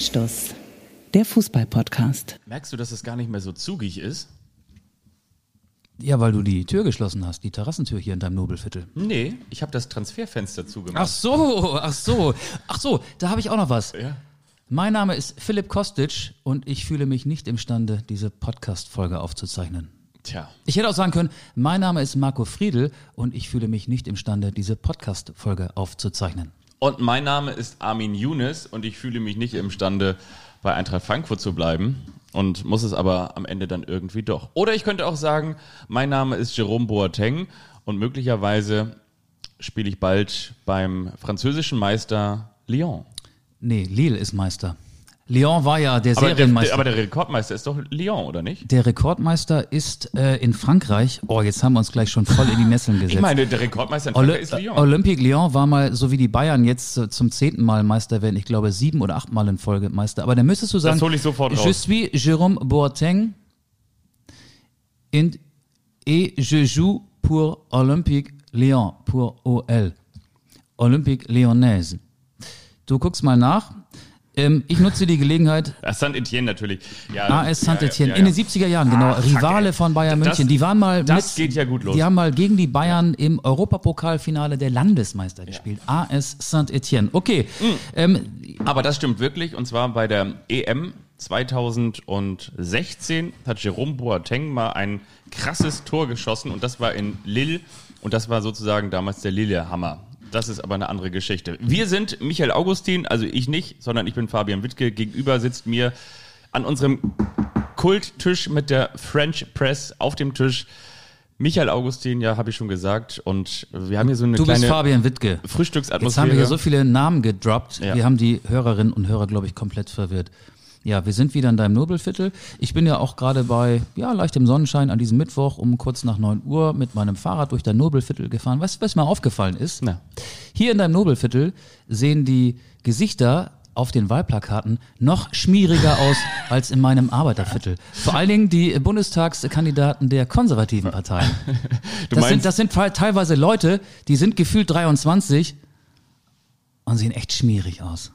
Anstoß, der Fußball-Podcast. Merkst du, dass es gar nicht mehr so zugig ist? Ja, weil du die Tür geschlossen hast, die Terrassentür hier in deinem Nobelviertel. Nee, ich habe das Transferfenster zugemacht. Ach so, da habe ich auch noch was. Ja. Mein Name ist Philipp Kostic und ich fühle mich nicht imstande, diese Podcast-Folge aufzuzeichnen. Tja. Ich hätte auch sagen können, mein Name ist Marco Friedl und ich fühle mich nicht imstande, diese Podcast-Folge aufzuzeichnen. Und mein Name ist Armin Younes und ich fühle mich nicht imstande, bei Eintracht Frankfurt zu bleiben und muss es aber am Ende dann irgendwie doch. Oder ich könnte auch sagen, mein Name ist Jerome Boateng und möglicherweise spiele ich bald beim französischen Meister Lyon. Nee, Lille ist Meister. Lyon war ja der Serienmeister. Aber der Rekordmeister ist doch Lyon, oder nicht? Der Rekordmeister ist in Frankreich. Oh, jetzt haben wir uns gleich schon voll in die Nesseln gesetzt. Ich meine, der Rekordmeister in Frankreich ist Lyon. Olympique Lyon war mal, so wie die Bayern jetzt zum 10. Mal Meister werden, ich glaube 7 oder 8 Mal in Folge Meister. Aber dann müsstest du sagen, das hole ich sofort raus. Je suis Jérôme Boateng et je joue pour Olympique Lyon, pour OL. Olympique Lyonnaise. Du guckst mal nach. Ich nutze die Gelegenheit. Saint-Etienne natürlich. Ja, AS Saint-Etienne, in den 70er Jahren, genau. Rivale von Bayern München. Die waren mal geht ja gut los. Die haben mal gegen die Bayern im Europapokalfinale der Landesmeister gespielt. AS Saint-Etienne. Okay. Aber das stimmt wirklich. Und zwar bei der EM 2016 hat Jerome Boateng mal ein krasses Tor geschossen. Und das war in Lille. Und das war sozusagen damals der Lillehammer. Das ist aber eine andere Geschichte. Wir sind Michael Augustin, also ich nicht, sondern ich bin Fabian Wittke. Gegenüber sitzt mir an unserem Kulttisch mit der French Press auf dem Tisch Michael Augustin, ja, habe ich schon gesagt. Und wir haben hier so eine kleine Fabian Wittke. Frühstücksatmosphäre. Jetzt haben wir hier so viele Namen gedroppt. Ja. Wir haben die Hörerinnen und Hörer, glaube ich, komplett verwirrt. Ja, wir sind wieder in deinem Nobelviertel. Ich bin ja auch gerade bei leichtem Sonnenschein an diesem Mittwoch um kurz nach 9 Uhr mit meinem Fahrrad durch dein Nobelviertel gefahren. Weißt du, was mir aufgefallen ist? Na. Hier in deinem Nobelviertel sehen die Gesichter auf den Wahlplakaten noch schmieriger aus als in meinem Arbeiterviertel. Vor allen Dingen die Bundestagskandidaten der konservativen Parteien. Das sind teilweise Leute, die sind gefühlt 23 und sehen echt schmierig aus.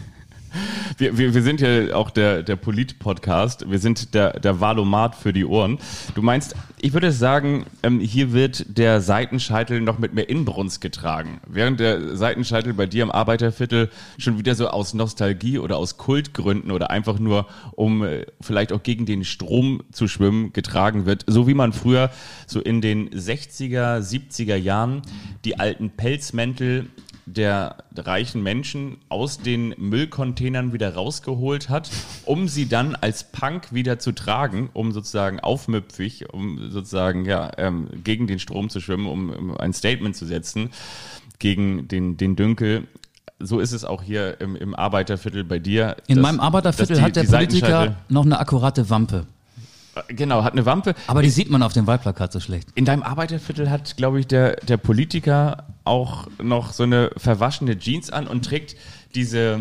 Wir sind ja auch der Polit-Podcast. Wir sind der Valomat für die Ohren. Du meinst, ich würde sagen, hier wird der Seitenscheitel noch mit mehr Inbrunst getragen. Während der Seitenscheitel bei dir im Arbeiterviertel schon wieder so aus Nostalgie oder aus Kultgründen oder einfach nur, um vielleicht auch gegen den Strom zu schwimmen, getragen wird. So wie man früher so in den 60er, 70er Jahren die alten Pelzmäntel der reichen Menschen aus den Müllcontainern wieder rausgeholt hat, um sie dann als Punk wieder zu tragen, um sozusagen aufmüpfig, um sozusagen gegen den Strom zu schwimmen, um ein Statement zu setzen gegen den Dünkel. So ist es auch hier im Arbeiterviertel bei dir. In meinem Arbeiterviertel hat der Politiker noch eine akkurate Wampe. Genau, hat eine Wampe. Aber die sieht man auf dem Wahlplakat so schlecht. In deinem Arbeiterviertel hat, glaube ich, der Politiker auch noch so eine verwaschene Jeans an und trägt diese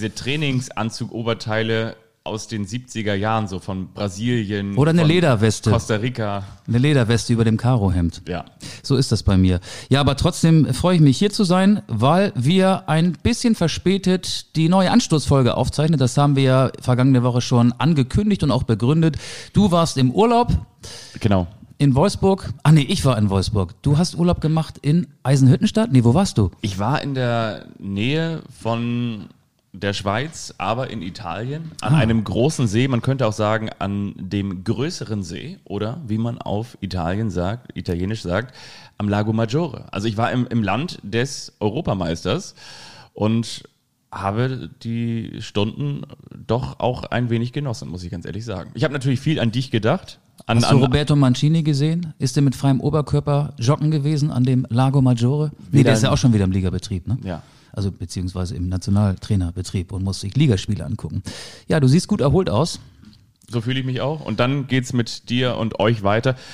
Trainingsanzug-Oberteile aus den 70er Jahren, so von Brasilien. Oder eine Lederweste. Costa Rica. Eine Lederweste über dem Karohemd. Ja. So ist das bei mir. Ja, aber trotzdem freue ich mich, hier zu sein, weil wir ein bisschen verspätet die neue Anstoßfolge aufzeichnen. Das haben wir ja vergangene Woche schon angekündigt und auch begründet. Du warst im Urlaub. Genau. In Wolfsburg. Ich war in Wolfsburg. Du hast Urlaub gemacht in Eisenhüttenstadt? Nee, wo warst du? Ich war in der Nähe von der Schweiz, aber in Italien, an einem großen See, man könnte auch sagen, an dem größeren See oder wie man auf italienisch sagt, am Lago Maggiore. Also ich war im Land des Europameisters und habe die Stunden doch auch ein wenig genossen, muss ich ganz ehrlich sagen. Ich habe natürlich viel an dich gedacht. Hast du Roberto Mancini gesehen? Ist der mit freiem Oberkörper joggen gewesen an dem Lago Maggiore? Nee, der ist ja auch schon wieder im Ligabetrieb, ne? Ja. Also beziehungsweise im Nationaltrainerbetrieb und muss sich Ligaspiele angucken. Ja, du siehst gut erholt aus. So fühle ich mich auch. Und dann geht's mit dir und euch weiter.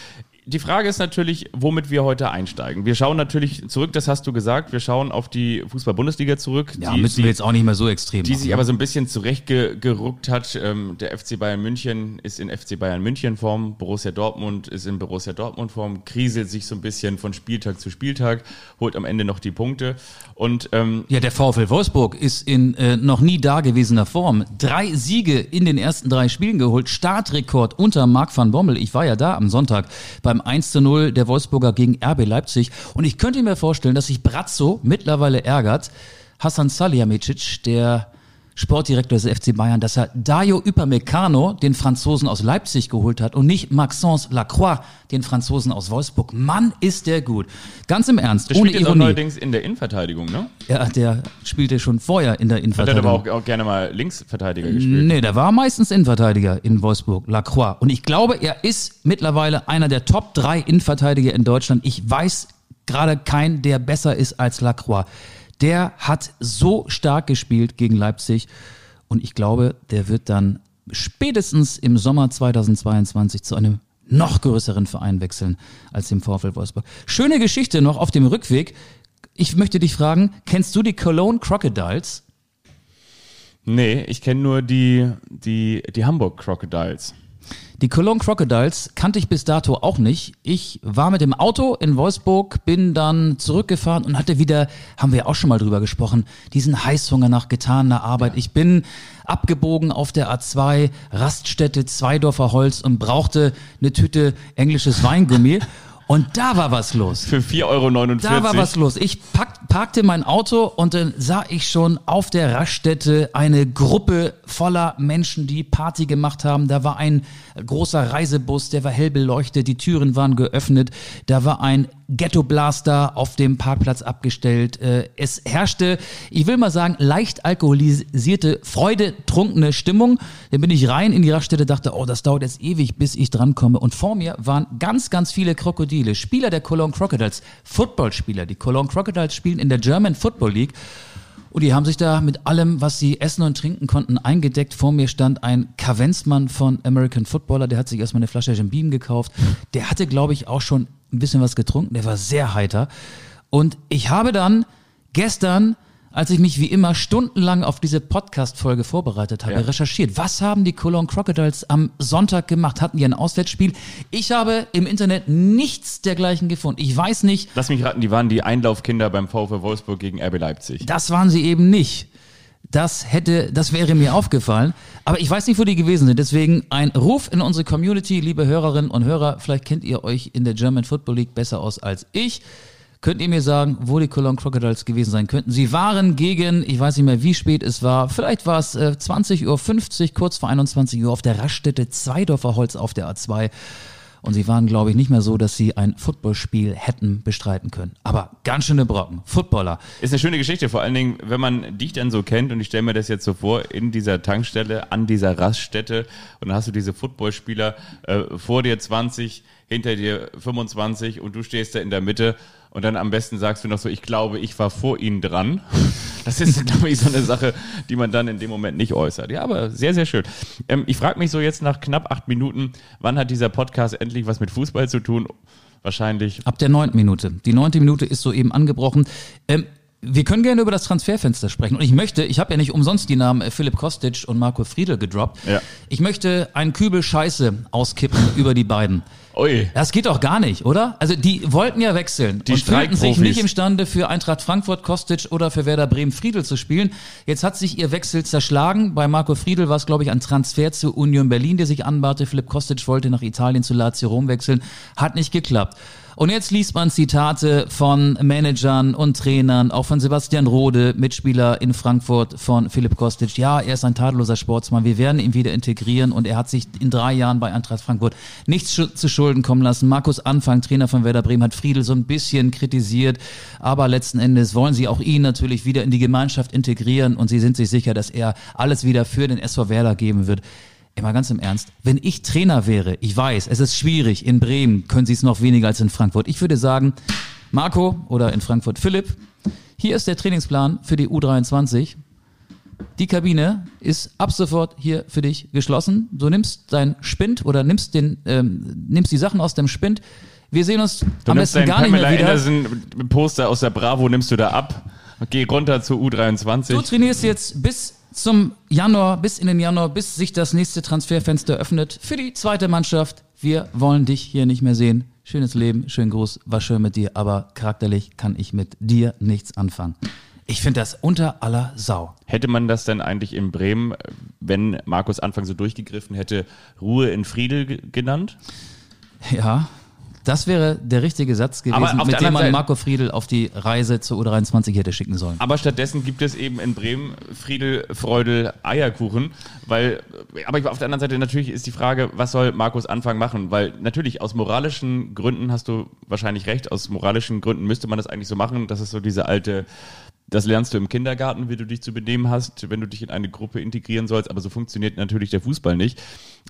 die Frage ist natürlich, womit wir heute einsteigen. Wir schauen natürlich zurück, das hast du gesagt, wir schauen auf die Fußball-Bundesliga zurück. Ja, müssen wir jetzt auch nicht mehr so extrem die machen, sich aber so ein bisschen zurechtgerückt hat. Der FC Bayern München ist in FC Bayern München Form, Borussia Dortmund ist in Borussia Dortmund Form, kriselt sich so ein bisschen von Spieltag zu Spieltag, holt am Ende noch die Punkte. Und ja, der VfL Wolfsburg ist in noch nie dagewesener Form. 3 Siege in den ersten 3 Spielen geholt, Startrekord unter Marc van Bommel. Ich war ja da am Sonntag beim 1:0 der Wolfsburger gegen RB Leipzig. Und ich könnte mir vorstellen, dass sich Brazzo mittlerweile ärgert, Hasan Salihamidzic, der Sportdirektor des FC Bayern, dass er Dayo Upamecano, den Franzosen aus Leipzig, geholt hat und nicht Maxence Lacroix, den Franzosen aus Wolfsburg. Mann, ist der gut. Ganz im Ernst, der ohne spielt jetzt Ironie. auch neuerdings in der Innenverteidigung, ne? Ja, der spielte schon vorher in der Hat er Innenverteidigung. aber auch gerne mal Linksverteidiger gespielt. Nee, der war meistens Innenverteidiger in Wolfsburg, Lacroix. Und ich glaube, er ist mittlerweile einer der Top 3 Innenverteidiger in Deutschland. Ich weiß gerade keinen, der besser ist als Lacroix. Der hat so stark gespielt gegen Leipzig und ich glaube, der wird dann spätestens im Sommer 2022 zu einem noch größeren Verein wechseln als dem VfL Wolfsburg. Schöne Geschichte noch auf dem Rückweg. Ich möchte dich fragen, kennst du die Cologne Crocodiles? Nee, ich kenne nur die Hamburg Crocodiles. Die Cologne Crocodiles kannte ich bis dato auch nicht. Ich war mit dem Auto in Wolfsburg, bin dann zurückgefahren und hatte wieder, haben wir auch schon mal drüber gesprochen, diesen Heißhunger nach getaner Arbeit. Ich bin abgebogen auf der A2, Raststätte Zweidorfer Holz und brauchte eine Tüte englisches Weingummi. Und da war was los. Für 4,49 €. Da war was los. Ich parkte mein Auto und dann sah ich schon auf der Raststätte eine Gruppe voller Menschen, die Party gemacht haben. Da war ein großer Reisebus, der war hell beleuchtet, die Türen waren geöffnet. Da war ein Ghetto-Blaster auf dem Parkplatz abgestellt. Es herrschte, ich will mal sagen, leicht alkoholisierte, freudetrunkene Stimmung. Dann bin ich rein in die Raststätte, dachte, oh, das dauert jetzt ewig, bis ich drankomme. Und vor mir waren ganz, ganz viele Krokodile, Spieler der Cologne Crocodiles, Footballspieler. Die Cologne Crocodiles spielen in der German Football League. Und die haben sich da mit allem, was sie essen und trinken konnten, eingedeckt. Vor mir stand ein Kavenzmann von American Footballer, der hat sich erstmal eine Flasche Jim Beam gekauft. Der hatte, glaube ich, auch schon ein bisschen was getrunken. Der war sehr heiter. Und ich habe dann gestern, als ich mich wie immer stundenlang auf diese Podcast-Folge vorbereitet habe, recherchiert. Was haben die Cologne Crocodiles am Sonntag gemacht? Hatten die ein Auswärtsspiel? Ich habe im Internet nichts dergleichen gefunden. Ich weiß nicht. Lass mich raten, die waren die Einlaufkinder beim VfL Wolfsburg gegen RB Leipzig. Das waren sie eben nicht. Das wäre mir aufgefallen. Aber ich weiß nicht, wo die gewesen sind. Deswegen ein Ruf in unsere Community, liebe Hörerinnen und Hörer. Vielleicht kennt ihr euch in der German Football League besser aus als ich. Könnt ihr mir sagen, wo die Cologne Crocodiles gewesen sein könnten? Sie waren gegen, ich weiß nicht mehr, wie spät es war, vielleicht war es 20:50 Uhr, kurz vor 21 Uhr auf der Raststätte Zweidorfer Holz auf der A2. Und sie waren, glaube ich, nicht mehr so, dass sie ein Footballspiel hätten bestreiten können. Aber ganz schöne Brocken. Footballer. Ist eine schöne Geschichte, vor allen Dingen, wenn man dich dann so kennt, und ich stelle mir das jetzt so vor, in dieser Tankstelle, an dieser Raststätte, und dann hast du diese Footballspieler vor dir 20, hinter dir 25 und du stehst da in der Mitte und dann am besten sagst du noch so, ich glaube, ich war vor ihnen dran. Das ist, glaube ich, so eine Sache, die man dann in dem Moment nicht äußert. Ja, aber sehr, sehr schön. Ich frage mich so jetzt nach knapp 8 Minuten, wann hat dieser Podcast endlich was mit Fußball zu tun? Wahrscheinlich ab der 9. Minute. Die 9. Minute ist soeben angebrochen. Wir können gerne über das Transferfenster sprechen. Und ich habe ja nicht umsonst die Namen Philipp Kostic und Marco Friedl gedroppt. Ja. Ich möchte einen Kübel Scheiße auskippen über die beiden. Ui. Das geht doch gar nicht, oder? Also die wollten ja wechseln Die und fühlten sich Streikprofis. nicht imstande, für Eintracht Frankfurt Kostic oder für Werder Bremen Friedl zu spielen. Jetzt hat sich ihr Wechsel zerschlagen. Bei Marco Friedl war es, glaube ich, ein Transfer zu Union Berlin, der sich anbahnte. Philipp Kostic wollte nach Italien zu Lazio Rom wechseln. Hat nicht geklappt. Und jetzt liest man Zitate von Managern und Trainern, auch von Sebastian Rode, Mitspieler in Frankfurt von Philipp Kostic. Ja, er ist ein tadelloser Sportsmann, wir werden ihn wieder integrieren und er hat sich in 3 Jahren bei Eintracht Frankfurt nichts zu Schulden kommen lassen. Markus Anfang, Trainer von Werder Bremen, hat Friedl so ein bisschen kritisiert, aber letzten Endes wollen sie auch ihn natürlich wieder in die Gemeinschaft integrieren und sie sind sich sicher, dass er alles wieder für den SV Werder geben wird. Mal ganz im Ernst, wenn ich Trainer wäre, ich weiß, es ist schwierig, in Bremen können sie es noch weniger als in Frankfurt. Ich würde sagen, Marco oder in Frankfurt Philipp, hier ist der Trainingsplan für die U23. Die Kabine ist ab sofort hier für dich geschlossen. Du nimmst dein Spind oder nimmst die Sachen aus dem Spind. Wir sehen uns Du am nimmst besten deinen gar nicht mehr Pamela wieder. Anderson-Poster aus der Bravo, nimmst du da ab, geh runter zur U23. Du trainierst jetzt bis zum Januar, bis in den Januar, bis sich das nächste Transferfenster öffnet für die zweite Mannschaft. Wir wollen dich hier nicht mehr sehen. Schönes Leben, schönen Gruß, war schön mit dir, aber charakterlich kann ich mit dir nichts anfangen. Ich finde das unter aller Sau. Hätte man das denn eigentlich in Bremen, wenn Markus Anfang so durchgegriffen hätte, Ruhe in Friedel genannt? Ja, das wäre der richtige Satz gewesen, Aber auf mit der dem anderen man Seite- Marco Friedl auf die Reise zur U23 hätte schicken sollen. Aber stattdessen gibt es eben in Bremen Friedel, Freudel, Eierkuchen, weil, aber auf der anderen Seite natürlich ist die Frage, was soll Markus Anfang machen? Weil natürlich aus moralischen Gründen hast du wahrscheinlich recht, aus moralischen Gründen müsste man das eigentlich so machen, das ist so diese alte, das lernst du im Kindergarten, wie du dich zu benehmen hast, wenn du dich in eine Gruppe integrieren sollst, aber so funktioniert natürlich der Fußball nicht.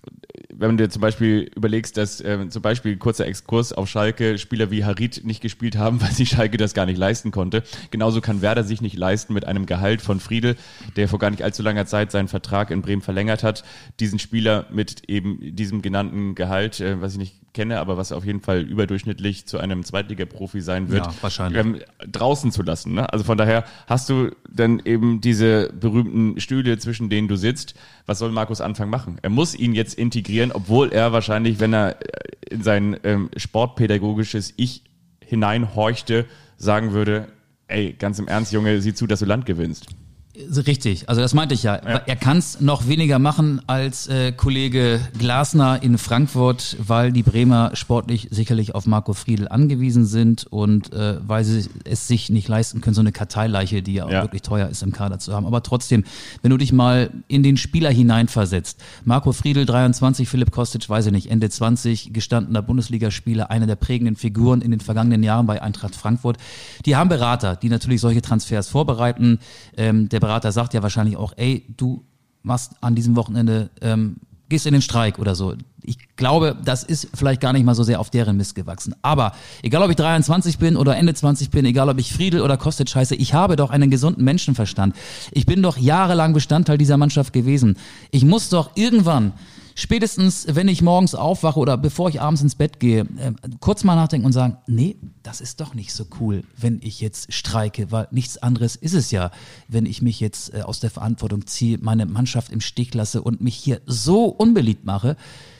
Wenn du dir zum Beispiel überlegst, dass zum Beispiel kurzer Exkurs auf Schalke Spieler wie Harit nicht gespielt haben, weil sich Schalke das gar nicht leisten konnte. Genauso kann Werder sich nicht leisten mit einem Gehalt von Friedel, der vor gar nicht allzu langer Zeit seinen Vertrag in Bremen verlängert hat, diesen Spieler mit eben diesem genannten Gehalt, was ich nicht kenne, aber was auf jeden Fall überdurchschnittlich zu einem Zweitliga-Profi sein wird, Ja, wahrscheinlich. Draußen zu lassen. Ne? Also von daher hast du dann eben diese berühmten Stühle, zwischen denen du sitzt. Was soll Markus Anfang machen? Er muss ihn jetzt integrieren, obwohl er wahrscheinlich, wenn er in sein sportpädagogisches Ich hineinhorchte, sagen würde, ey, ganz im Ernst, Junge, sieh zu, dass du Land gewinnst. Richtig, also das meinte ich ja. Er kann es noch weniger machen als Kollege Glasner in Frankfurt, weil die Bremer sportlich sicherlich auf Marco Friedl angewiesen sind und weil sie es sich nicht leisten können, so eine Karteileiche, die ja auch wirklich teuer ist, im Kader zu haben. Aber trotzdem, wenn du dich mal in den Spieler hineinversetzt, Marco Friedl 23, Philipp Kostic, weiß ich nicht, Ende 20, gestandener Bundesligaspieler, einer der prägenden Figuren in den vergangenen Jahren bei Eintracht Frankfurt. Die haben Berater, die natürlich solche Transfers vorbereiten. Der Berater sagt ja wahrscheinlich auch, ey, du machst an diesem Wochenende, gehst in den Streik oder so. Ich glaube, das ist vielleicht gar nicht mal so sehr auf deren Mist gewachsen. Aber egal, ob ich 23 bin oder Ende 20 bin, egal, ob ich Friedl oder Kostic heiße, ich habe doch einen gesunden Menschenverstand. Ich bin doch jahrelang Bestandteil dieser Mannschaft gewesen. Ich muss doch irgendwann, spätestens wenn ich morgens aufwache oder bevor ich abends ins Bett gehe, kurz mal nachdenken und sagen, nee, das ist doch nicht so cool, wenn ich jetzt streike, weil nichts anderes ist es ja, wenn ich mich jetzt aus der Verantwortung ziehe, meine Mannschaft im Stich lasse und mich hier so unbeliebt mache,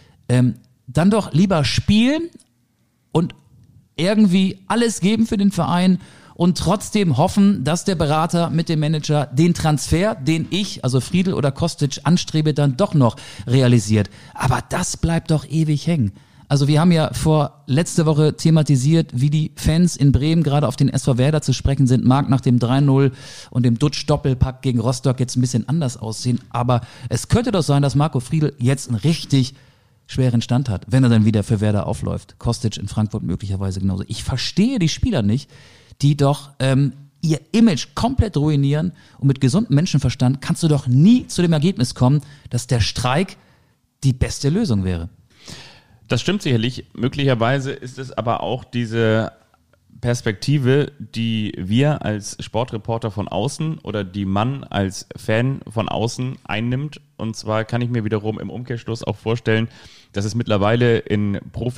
dann doch lieber spielen und irgendwie alles geben für den Verein und trotzdem hoffen, dass der Berater mit dem Manager den Transfer, den ich, also Friedl oder Kostic, anstrebe, dann doch noch realisiert. Aber das bleibt doch ewig hängen. Also wir haben ja letzte Woche thematisiert, wie die Fans in Bremen gerade auf den SV Werder zu sprechen sind. Mag nach dem 3-0 und dem Dutsch-Doppelpack gegen Rostock jetzt ein bisschen anders aussehen. Aber es könnte doch sein, dass Marco Friedl jetzt einen richtig schweren Stand hat, wenn er dann wieder für Werder aufläuft. Kostic in Frankfurt möglicherweise genauso. Ich verstehe die Spieler nicht, die doch ihr Image komplett ruinieren, und mit gesundem Menschenverstand kannst du doch nie zu dem Ergebnis kommen, dass der Streik die beste Lösung wäre. Das stimmt sicherlich. Möglicherweise ist es aber auch diese Perspektive, die wir als Sportreporter von außen oder die man als Fan von außen einnimmt. Und zwar kann ich mir wiederum im Umkehrschluss auch vorstellen, dass es mittlerweile in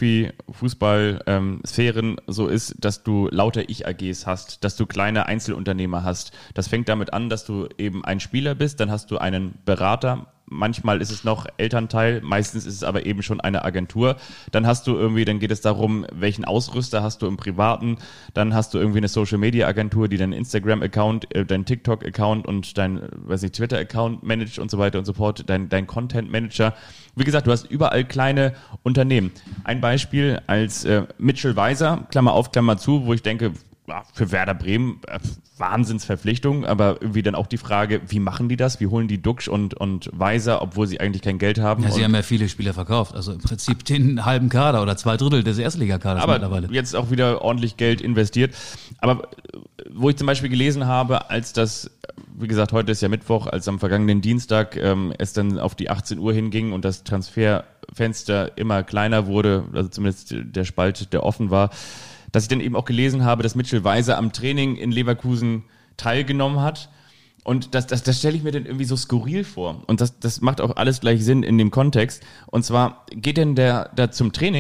Profi-Fußball-Sphären so ist, dass du lauter Ich-AGs hast, dass du kleine Einzelunternehmer hast. Das fängt damit an, dass du eben ein Spieler bist, dann hast du einen Berater, manchmal ist es noch Elternteil, meistens ist es aber eben schon eine Agentur. Dann geht es darum, welchen Ausrüster hast du im Privaten, dann hast du irgendwie eine Social-Media-Agentur, die deinen Instagram-Account, deinen TikTok-Account und dein, Twitter-Account managt und so weiter und so fort, dein Content-Manager. Wie gesagt, du hast überall kleine Unternehmen. Ein Beispiel als Mitchell Weiser, Klammer auf, Klammer zu, wo ich denke, für Werder Bremen, Wahnsinnsverpflichtung, aber irgendwie dann auch die Frage, wie machen die das? Wie holen die Duxch und Weiser, obwohl sie eigentlich kein Geld haben? Ja, sie haben ja viele Spieler verkauft, also im Prinzip den halben Kader oder 2/3 des Erstligakaders mittlerweile. Aber jetzt auch wieder ordentlich Geld investiert. Aber wo ich zum Beispiel gelesen habe, als das, wie gesagt, heute ist ja Mittwoch, als am vergangenen Dienstag es dann auf die 18 Uhr hinging und das Transferfenster immer kleiner wurde, also zumindest der Spalt, der offen war, dass ich dann eben auch gelesen habe, dass Mitchell Weiser am Training in Leverkusen teilgenommen hat. Und das stelle ich mir dann irgendwie so skurril vor. Und das macht auch alles gleich Sinn in dem Kontext. Und zwar geht denn der da zum Training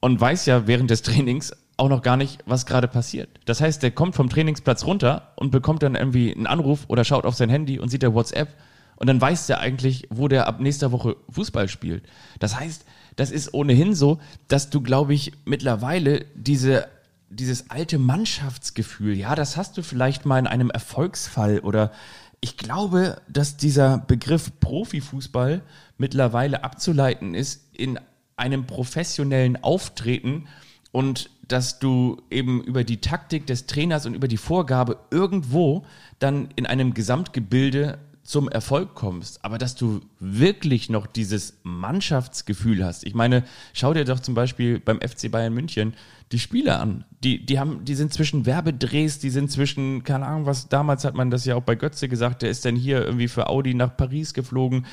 und weiß ja während des Trainings auch noch gar nicht, was gerade passiert. Das heißt, der kommt vom Trainingsplatz runter und bekommt dann irgendwie einen Anruf oder schaut auf sein Handy und sieht der WhatsApp und dann weiß der eigentlich, wo der ab nächster Woche Fußball spielt. Das heißt, das ist ohnehin so, dass du, glaube ich, mittlerweile dieses alte Mannschaftsgefühl, ja, das hast du vielleicht mal in einem Erfolgsfall oder ich glaube, dass dieser Begriff Profifußball mittlerweile abzuleiten ist in einem professionellen Auftreten und dass du eben über die Taktik des Trainers und über die Vorgabe irgendwo dann in einem Gesamtgebilde zum Erfolg kommst, aber dass du wirklich noch dieses Mannschaftsgefühl hast. Ich meine, schau dir doch zum Beispiel beim FC Bayern München die Spieler an. Die sind zwischen Werbedrehs, die sind zwischen, keine Ahnung was, damals hat man das ja auch bei Götze gesagt, der ist dann hier irgendwie für Audi nach Paris geflogen.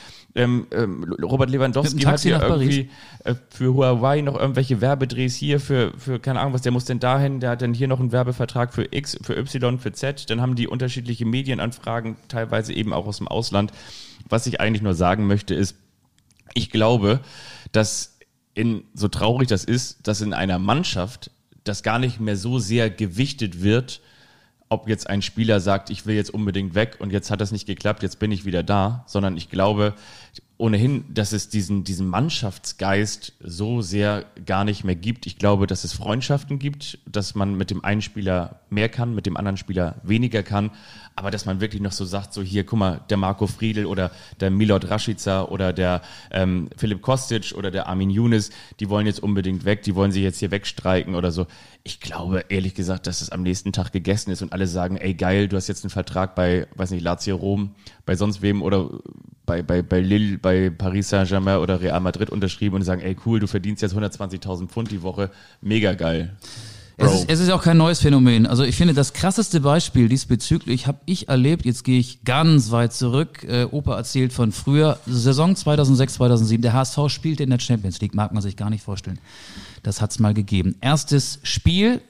Robert Lewandowski hat hier irgendwie für Huawei noch irgendwelche Werbedrehs hier für keine Ahnung was, der muss denn dahin, der hat dann hier noch einen Werbevertrag für X, für Y, für Z, dann haben die unterschiedliche Medienanfragen, teilweise eben auch aus dem Ausland. Was ich eigentlich nur sagen möchte ist, ich glaube, dass so traurig das ist, dass in einer Mannschaft das gar nicht mehr so sehr gewichtet wird, ob jetzt ein Spieler sagt, ich will jetzt unbedingt weg und jetzt hat das nicht geklappt, jetzt bin ich wieder da, sondern ich glaube ohnehin, dass es diesen Mannschaftsgeist so sehr gar nicht mehr gibt. Ich glaube, dass es Freundschaften gibt, dass man mit dem einen Spieler mehr kann, mit dem anderen Spieler weniger kann, aber dass man wirklich noch so sagt, so hier, guck mal, der Marco Friedl oder der Milot Rashica oder der Filip Kostic oder der Armin Younes, die wollen jetzt unbedingt weg, die wollen sich jetzt hier wegstreiken oder so. Ich glaube, ehrlich gesagt, dass es am nächsten Tag gegessen ist und alle sagen, ey geil, du hast jetzt einen Vertrag bei, weiß nicht, Lazio Rom, bei sonst wem oder bei Lille, bei Paris Saint-Germain oder Real Madrid unterschrieben und sagen, ey cool, du verdienst jetzt 120.000 Pfund die Woche, mega geil. Es ist auch kein neues Phänomen. Also ich finde, das krasseste Beispiel diesbezüglich habe ich erlebt, jetzt gehe ich ganz weit zurück, Opa erzählt von früher, Saison 2006, 2007, der HSV spielte in der Champions League, mag man sich gar nicht vorstellen. Das hat's mal gegeben. Erstes Spiel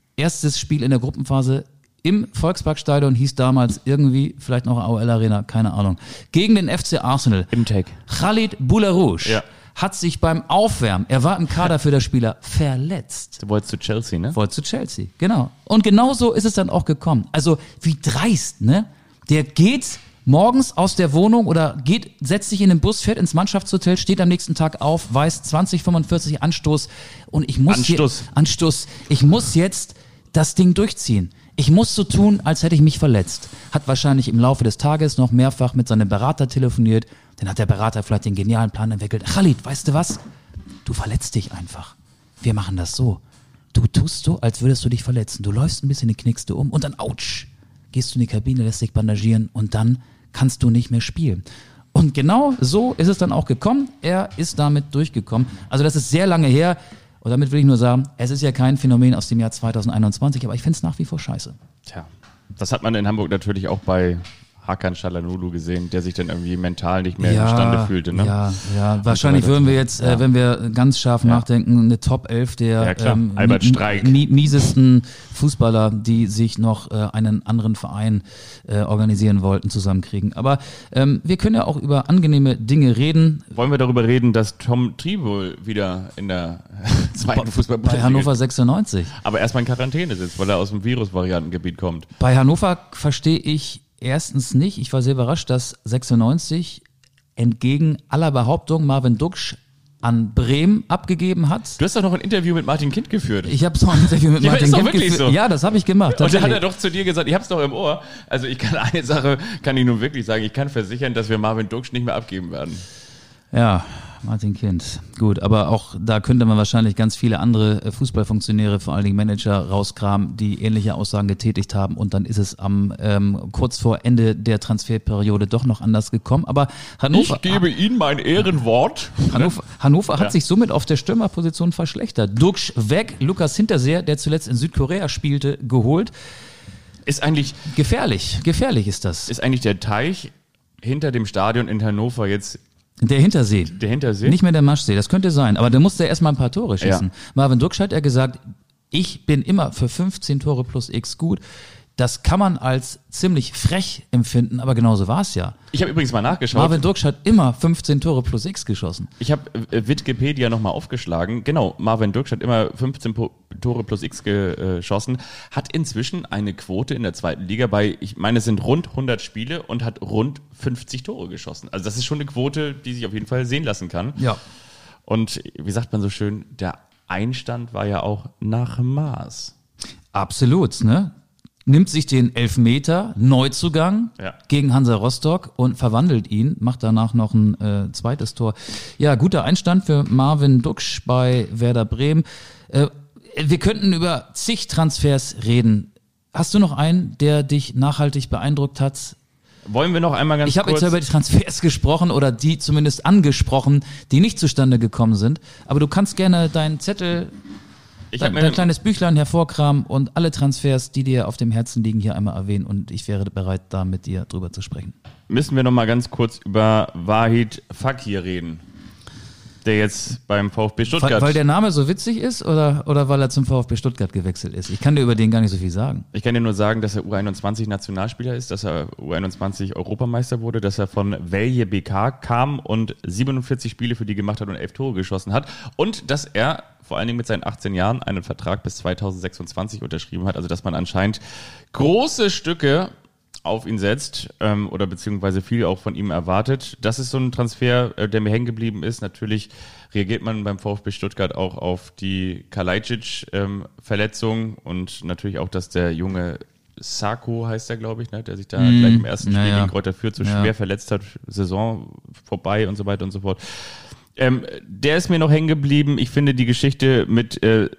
in der Gruppenphase im Volksparkstadion, hieß damals irgendwie, vielleicht noch AOL Arena, keine Ahnung, gegen den FC Arsenal. Im Tag. Khalid Boularouche hat sich beim Aufwärmen, er war im Kader für das Spieler, verletzt. Du wolltest zu Chelsea, ne? Wollte zu Chelsea, genau. Und genau so ist es dann auch gekommen. Also wie dreist, ne? Der geht morgens aus der Wohnung oder setzt sich in den Bus, fährt ins Mannschaftshotel, steht am nächsten Tag auf, weiß 20:45 Anstoß und ich muss ich muss jetzt das Ding durchziehen. Ich muss so tun, als hätte ich mich verletzt. Hat wahrscheinlich im Laufe des Tages noch mehrfach mit seinem Berater telefoniert. Dann hat der Berater vielleicht den genialen Plan entwickelt. Khalid, weißt du was? Du verletzt dich einfach. Wir machen das so. Du tust so, als würdest du dich verletzen. Du läufst ein bisschen, dann knickst du um und dann, ouch, gehst du in die Kabine, lässt dich bandagieren und dann kannst du nicht mehr spielen. Und genau so ist es dann auch gekommen. Er ist damit durchgekommen. Also das ist sehr lange her. Und damit will ich nur sagen, es ist ja kein Phänomen aus dem Jahr 2021, aber ich finde es nach wie vor scheiße. Tja, das hat man in Hamburg natürlich auch bei Hakan Çalhanoğlu gesehen, der sich dann irgendwie mental nicht mehr imstande fühlte. Ne? Ja. Wahrscheinlich würden wir jetzt, wenn wir ganz scharf nachdenken, eine Top 11 der Albert Streik. miesesten Fußballer, die sich noch einen anderen Verein organisieren wollten, zusammenkriegen. Aber wir können ja auch über angenehme Dinge reden. Wollen wir darüber reden, dass Tom Tribol wieder in der zweiten Fußball-Bundesliga bei Hannover 96. Aber erstmal in Quarantäne sitzt, weil er aus dem Virusvariantengebiet kommt. Bei Hannover verstehe ich erstens nicht, ich war sehr überrascht, dass 96 entgegen aller Behauptungen Marvin Duksch an Bremen abgegeben hat. Du hast doch noch ein Interview mit Martin Kind geführt. Ich habe noch ein Interview mit Martin Kind geführt. So. Ja, das habe ich gemacht. Und da hat er doch zu dir gesagt, ich hab's doch im Ohr. Also ich kann eine Sache, kann ich nun wirklich sagen, ich kann versichern, dass wir Marvin Duksch nicht mehr abgeben werden. Ja, Martin Kind. Gut, aber auch da könnte man wahrscheinlich ganz viele andere Fußballfunktionäre, vor allen Dingen Manager, rauskramen, die ähnliche Aussagen getätigt haben und dann ist es kurz vor Ende der Transferperiode doch noch anders gekommen. Aber Hannover... Ich gebe Ihnen mein Ehrenwort. Hannover hat sich somit auf der Stürmerposition verschlechtert. Duksch weg, Lukas Hinterseer, der zuletzt in Südkorea spielte, geholt. Ist eigentlich... Gefährlich ist das. Ist eigentlich der Teich hinter dem Stadion in Hannover jetzt... Der Hintersee. Nicht mehr der Maschsee, das könnte sein. Aber da musste er erstmal ein paar Tore schießen. Ja. Marvin Duksch hat gesagt, ich bin immer für 15 Tore plus X gut. Das kann man als ziemlich frech empfinden, aber genauso war es ja. Ich habe übrigens mal nachgeschaut. Marvin Duksch hat immer 15 Tore plus X geschossen. Ich habe Wikipedia nochmal aufgeschlagen. Genau, Marvin Duksch hat immer 15 Tore plus X geschossen, hat inzwischen eine Quote in der zweiten Liga bei, ich meine, es sind rund 100 Spiele und hat rund 50 Tore geschossen. Also das ist schon eine Quote, die sich auf jeden Fall sehen lassen kann. Ja. Und wie sagt man so schön, der Einstand war ja auch nach Maß. Absolut, ne? Nimmt sich den Elfmeter, Neuzugang gegen Hansa Rostock und verwandelt ihn, macht danach noch ein zweites Tor. Ja, guter Einstand für Marvin Duksch bei Werder Bremen. Wir könnten über zig Transfers reden. Hast du noch einen, der dich nachhaltig beeindruckt hat? Wollen wir noch einmal ganz kurz... Ich habe jetzt ja über die Transfers gesprochen oder die zumindest angesprochen, die nicht zustande gekommen sind. Aber du kannst gerne deinen Zettel... Dein kleines Büchlein hervorkramen und alle Transfers, die dir auf dem Herzen liegen, hier einmal erwähnen und ich wäre bereit, da mit dir drüber zu sprechen. Müssen wir noch mal ganz kurz über Wahid Fakir reden, der jetzt beim VfB Stuttgart... Weil der Name so witzig ist oder weil er zum VfB Stuttgart gewechselt ist? Ich kann dir über den gar nicht so viel sagen. Ich kann dir nur sagen, dass er U21-Nationalspieler ist, dass er U21-Europameister wurde, dass er von Velje BK kam und 47 Spiele für die gemacht hat und 11 Tore geschossen hat und dass er vor allen Dingen mit seinen 18 Jahren einen Vertrag bis 2026 unterschrieben hat, also dass man anscheinend große Stücke auf ihn setzt oder beziehungsweise viel auch von ihm erwartet. Das ist so ein Transfer, der mir hängen geblieben ist. Natürlich reagiert man beim VfB Stuttgart auch auf die Kalajdzic-Verletzung und natürlich auch, dass der junge Sako heißt er, glaube ich, ne, der sich da gleich im ersten Spiel gegen Greuther Fürth so schwer verletzt hat, Saison vorbei und so weiter und so fort. Der ist mir noch hängen geblieben. Ich finde die Geschichte mit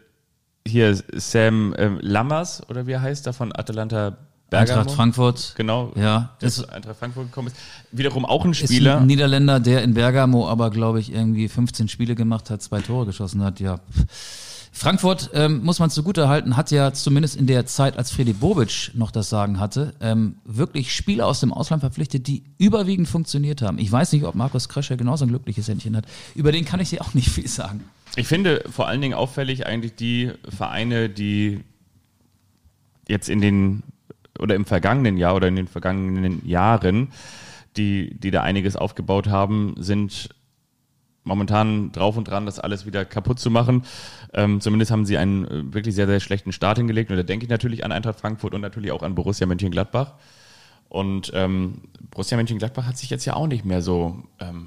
hier Sam Lammers, oder wie er heißt, da von Atalanta Bergamo. Eintracht Frankfurt. Genau, ja, der zu Eintracht Frankfurt gekommen ist. Wiederum auch ein Spieler. Ist ein Niederländer, der in Bergamo aber, glaube ich, irgendwie 15 Spiele gemacht hat, 2 Tore geschossen hat, ja. Frankfurt, muss man zugutehalten, hat ja zumindest in der Zeit, als Fredi Bobic noch das Sagen hatte, wirklich Spieler aus dem Ausland verpflichtet, die überwiegend funktioniert haben. Ich weiß nicht, ob Markus Kröscher genauso ein glückliches Händchen hat. Über den kann ich dir auch nicht viel sagen. Ich finde vor allen Dingen auffällig eigentlich die Vereine, die jetzt im vergangenen Jahr oder in den vergangenen Jahren, die da einiges aufgebaut haben, sind momentan drauf und dran, das alles wieder kaputt zu machen. Zumindest haben sie einen wirklich sehr, sehr schlechten Start hingelegt. Und da denke ich natürlich an Eintracht Frankfurt und natürlich auch an Borussia Mönchengladbach. Und Borussia Mönchengladbach hat sich jetzt ja auch nicht mehr so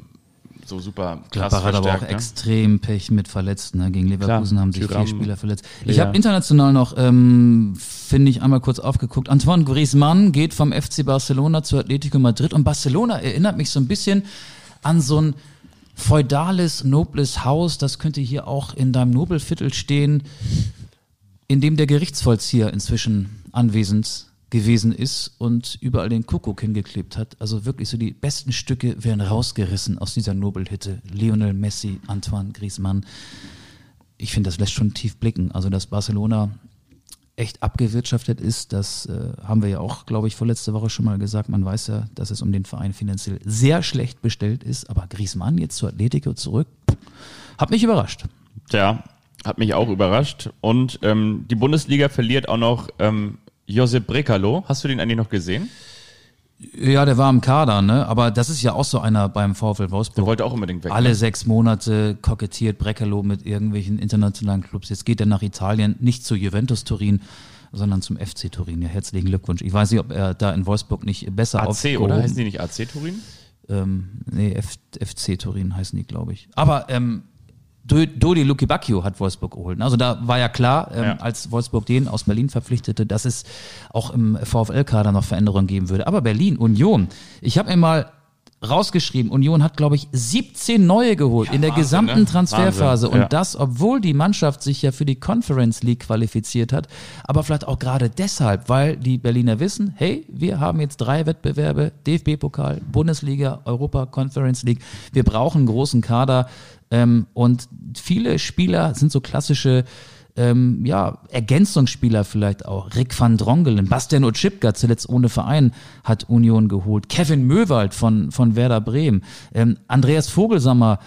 super krass Gladbach hat aber auch extrem Pech mit Verletzten. Ne? Gegen Leverkusen haben sich 4 Spieler verletzt. Ich habe international noch, finde ich, einmal kurz aufgeguckt. Antoine Griezmann geht vom FC Barcelona zu Atletico Madrid. Und Barcelona erinnert mich so ein bisschen an so ein feudales, nobles Haus, das könnte hier auch in deinem Nobelviertel stehen, in dem der Gerichtsvollzieher inzwischen anwesend gewesen ist und überall den Kuckuck hingeklebt hat. Also wirklich so die besten Stücke werden rausgerissen aus dieser Nobelhütte. Lionel Messi, Antoine Griezmann. Ich finde, das lässt schon tief blicken. Also, dass Barcelona echt abgewirtschaftet ist, das haben wir ja auch, glaube ich, vorletzte Woche schon mal gesagt. Man weiß ja, dass es um den Verein finanziell sehr schlecht bestellt ist, aber Griezmann jetzt zu Atletico zurück, hat mich überrascht. Tja, hat mich auch überrascht. Und die Bundesliga verliert auch noch Josep Brekalo. Hast du den eigentlich noch gesehen? Ja, der war im Kader, ne? Aber das ist ja auch so einer beim VfL Wolfsburg. Der wollte auch unbedingt weg. Alle 6 Monate kokettiert Brekalo mit irgendwelchen internationalen Clubs. Jetzt geht er nach Italien, nicht zu Juventus Turin, sondern zum FC Turin. Ja, herzlichen Glückwunsch. Ich weiß nicht, ob er da in Wolfsburg nicht besser AC, oder? Heißen die nicht AC Turin? Nee, FC Turin heißen die, glaube ich. Aber Dodi Lukebakio hat Wolfsburg geholt. Also da war ja klar, als Wolfsburg den aus Berlin verpflichtete, dass es auch im VfL-Kader noch Veränderungen geben würde. Aber Berlin, Union, ich habe mir mal rausgeschrieben, Union hat, glaube ich, 17 neue geholt in der Wahnsinn, gesamten Transferphase. Wahnsinn, und das, obwohl die Mannschaft sich ja für die Conference League qualifiziert hat, aber vielleicht auch gerade deshalb, weil die Berliner wissen, hey, wir haben jetzt 3 Wettbewerbe, DFB-Pokal, Bundesliga, Europa, Conference League. Wir brauchen einen großen Kader. Und viele Spieler sind so klassische Ergänzungsspieler vielleicht auch. Rick van Drongelen, Bastian Oczipka, zuletzt ohne Verein, hat Union geholt. Kevin Möwald von Werder Bremen. Andreas Vogelsammer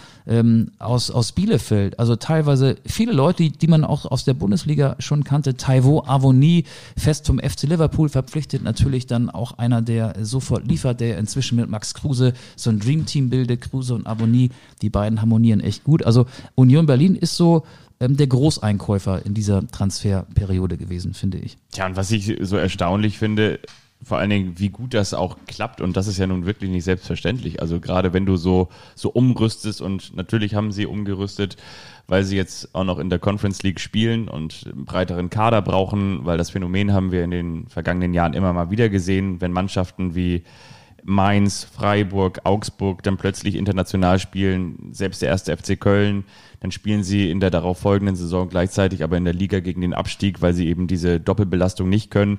aus Bielefeld. Also teilweise viele Leute, die man auch aus der Bundesliga schon kannte. Taiwo Avoni, fest zum FC Liverpool verpflichtet. Natürlich dann auch einer, der sofort liefert, der inzwischen mit Max Kruse so ein Dreamteam bildet. Kruse und Avoni, die beiden harmonieren echt gut. Also Union Berlin ist so der Großeinkäufer in dieser Transferperiode gewesen, finde ich. Tja, und was ich so erstaunlich finde, vor allen Dingen, wie gut das auch klappt, und das ist ja nun wirklich nicht selbstverständlich. Also gerade wenn du so umrüstest, und natürlich haben sie umgerüstet, weil sie jetzt auch noch in der Conference League spielen und einen breiteren Kader brauchen, weil das Phänomen haben wir in den vergangenen Jahren immer mal wieder gesehen, wenn Mannschaften wie Mainz, Freiburg, Augsburg dann plötzlich international spielen, selbst der erste FC Köln, dann spielen sie in der darauf folgenden Saison gleichzeitig aber in der Liga gegen den Abstieg, weil sie eben diese Doppelbelastung nicht können.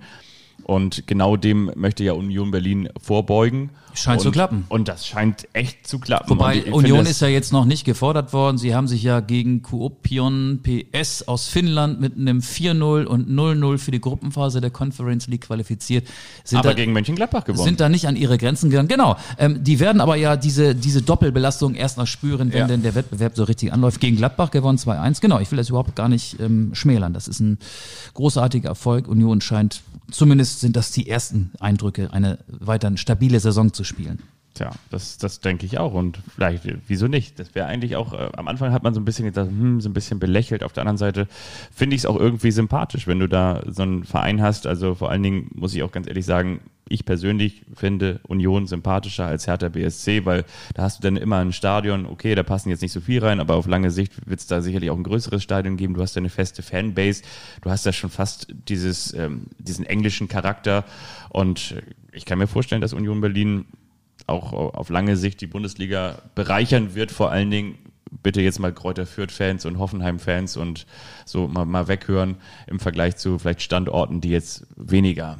Und genau dem möchte ja Union Berlin vorbeugen. Scheint zu klappen. Und das scheint echt zu klappen. Wobei Union ist ja jetzt noch nicht gefordert worden. Sie haben sich ja gegen Kuopion PS aus Finnland mit einem 4-0 und 0-0 für die Gruppenphase der Conference League qualifiziert. Aber gegen Mönchengladbach gewonnen. Sind da nicht an ihre Grenzen gegangen. Genau. Die werden aber ja diese Doppelbelastung erst noch spüren, wenn denn der Wettbewerb so richtig anläuft. Gegen Gladbach gewonnen 2-1. Genau, ich will das überhaupt gar nicht schmälern. Das ist ein großartiger Erfolg. Union scheint, zumindest sind das die ersten Eindrücke, eine weiterhin stabile Saison zu spielen. Tja, das denke ich auch, und vielleicht, wieso nicht? Das wäre eigentlich auch, am Anfang hat man so ein bisschen gedacht, so ein bisschen belächelt. Auf der anderen Seite finde ich es auch irgendwie sympathisch, wenn du da so einen Verein hast. Also vor allen Dingen muss ich auch ganz ehrlich sagen, ich persönlich finde Union sympathischer als Hertha BSC, weil da hast du dann immer ein Stadion, okay, da passen jetzt nicht so viel rein, aber auf lange Sicht wird es da sicherlich auch ein größeres Stadion geben. Du hast da eine feste Fanbase, du hast da schon fast diesen englischen Charakter, und ich kann mir vorstellen, dass Union Berlin auch auf lange Sicht die Bundesliga bereichern wird, vor allen Dingen bitte jetzt mal Kräuter Fürth-Fans und Hoffenheim-Fans und so mal weghören im Vergleich zu vielleicht Standorten, die jetzt weniger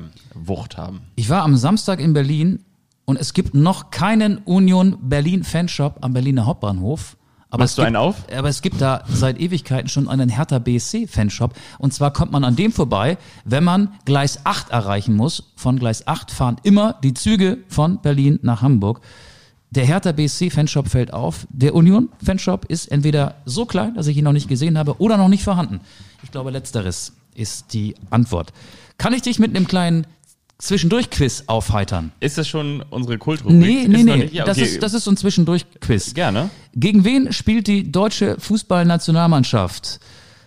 Wucht haben. Ich war am Samstag in Berlin und es gibt noch keinen Union Berlin Fanshop am Berliner Hauptbahnhof. Machst du einen auf? Aber es gibt da seit Ewigkeiten schon einen Hertha BSC Fanshop. Und zwar kommt man an dem vorbei, wenn man Gleis 8 erreichen muss. Von Gleis 8 fahren immer die Züge von Berlin nach Hamburg. Der Hertha BSC Fanshop fällt auf. Der Union Fanshop ist entweder so klein, dass ich ihn noch nicht gesehen habe, oder noch nicht vorhanden. Ich glaube, letzteres ist die Antwort. Kann ich dich mit einem kleinen Zwischendurch-Quiz aufheitern? Ist das schon unsere Kultrubrik? Nee. Ja, okay. Das ist so ein Zwischendurch-Quiz. Gerne. Gegen wen spielt die deutsche Fußballnationalmannschaft?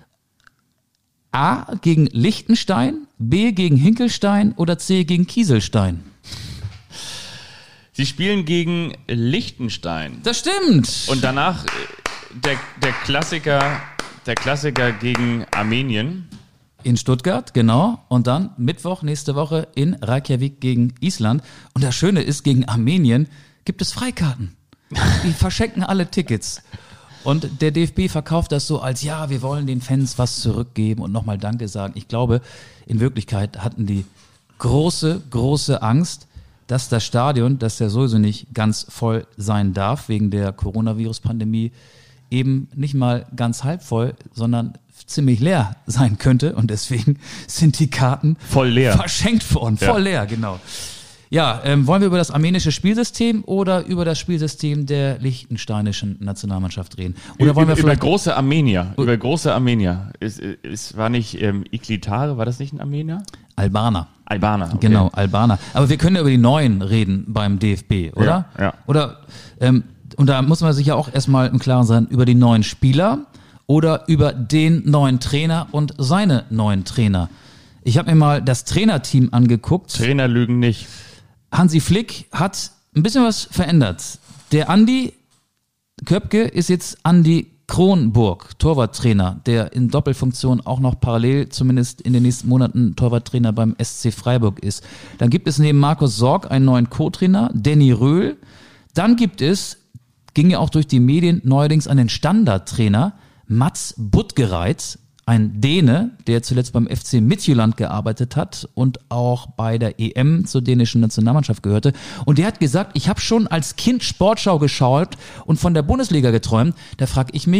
A gegen Liechtenstein, B gegen Hinkelstein oder C gegen Kieselstein? Sie spielen gegen Liechtenstein. Das stimmt. Und danach der Klassiker gegen Armenien. In Stuttgart, genau. Und dann Mittwoch nächste Woche in Reykjavik gegen Island. Und das Schöne ist, gegen Armenien gibt es Freikarten. Die verschenken alle Tickets. Und der DFB verkauft das so als, ja, wir wollen den Fans was zurückgeben und nochmal Danke sagen. Ich glaube, in Wirklichkeit hatten die große, große Angst, dass das Stadion, das ja sowieso nicht ganz voll sein darf, wegen der Coronavirus-Pandemie, eben nicht mal ganz halb voll, sondern ziemlich leer sein könnte. Und deswegen sind die Karten voll leer verschenkt worden. Voll leer, genau. Ja, wollen wir über das armenische Spielsystem oder über das Spielsystem der liechtensteinischen Nationalmannschaft reden? Oder wollen wir über große Armenier. Über große Armenier. Es war nicht Iklitare, war das nicht ein Armenier? Albaner. Okay. Genau, Albaner. Aber wir können ja über die Neuen reden beim DFB, oder? Ja. Oder, und da muss man sich ja auch erstmal im Klaren sein, über die neuen Spieler oder über den neuen Trainer und seine neuen Trainer. Ich habe mir mal das Trainerteam angeguckt. Trainer lügen nicht. Hansi Flick hat ein bisschen was verändert. Der Andi Köpke ist jetzt Andi Kronburg, Torwarttrainer, der in Doppelfunktion auch noch parallel, zumindest in den nächsten Monaten, Torwarttrainer beim SC Freiburg ist. Dann gibt es neben Markus Sorg einen neuen Co-Trainer, Danny Röhl. Dann gibt es, ging ja auch durch die Medien, neuerdings einen Standardtrainer, Mats Budgereit, ein Däne, der zuletzt beim FC Midtjylland gearbeitet hat und auch bei der EM zur dänischen Nationalmannschaft gehörte. Und der hat gesagt, ich habe schon als Kind Sportschau geschaut und von der Bundesliga geträumt. Da frage ich mich,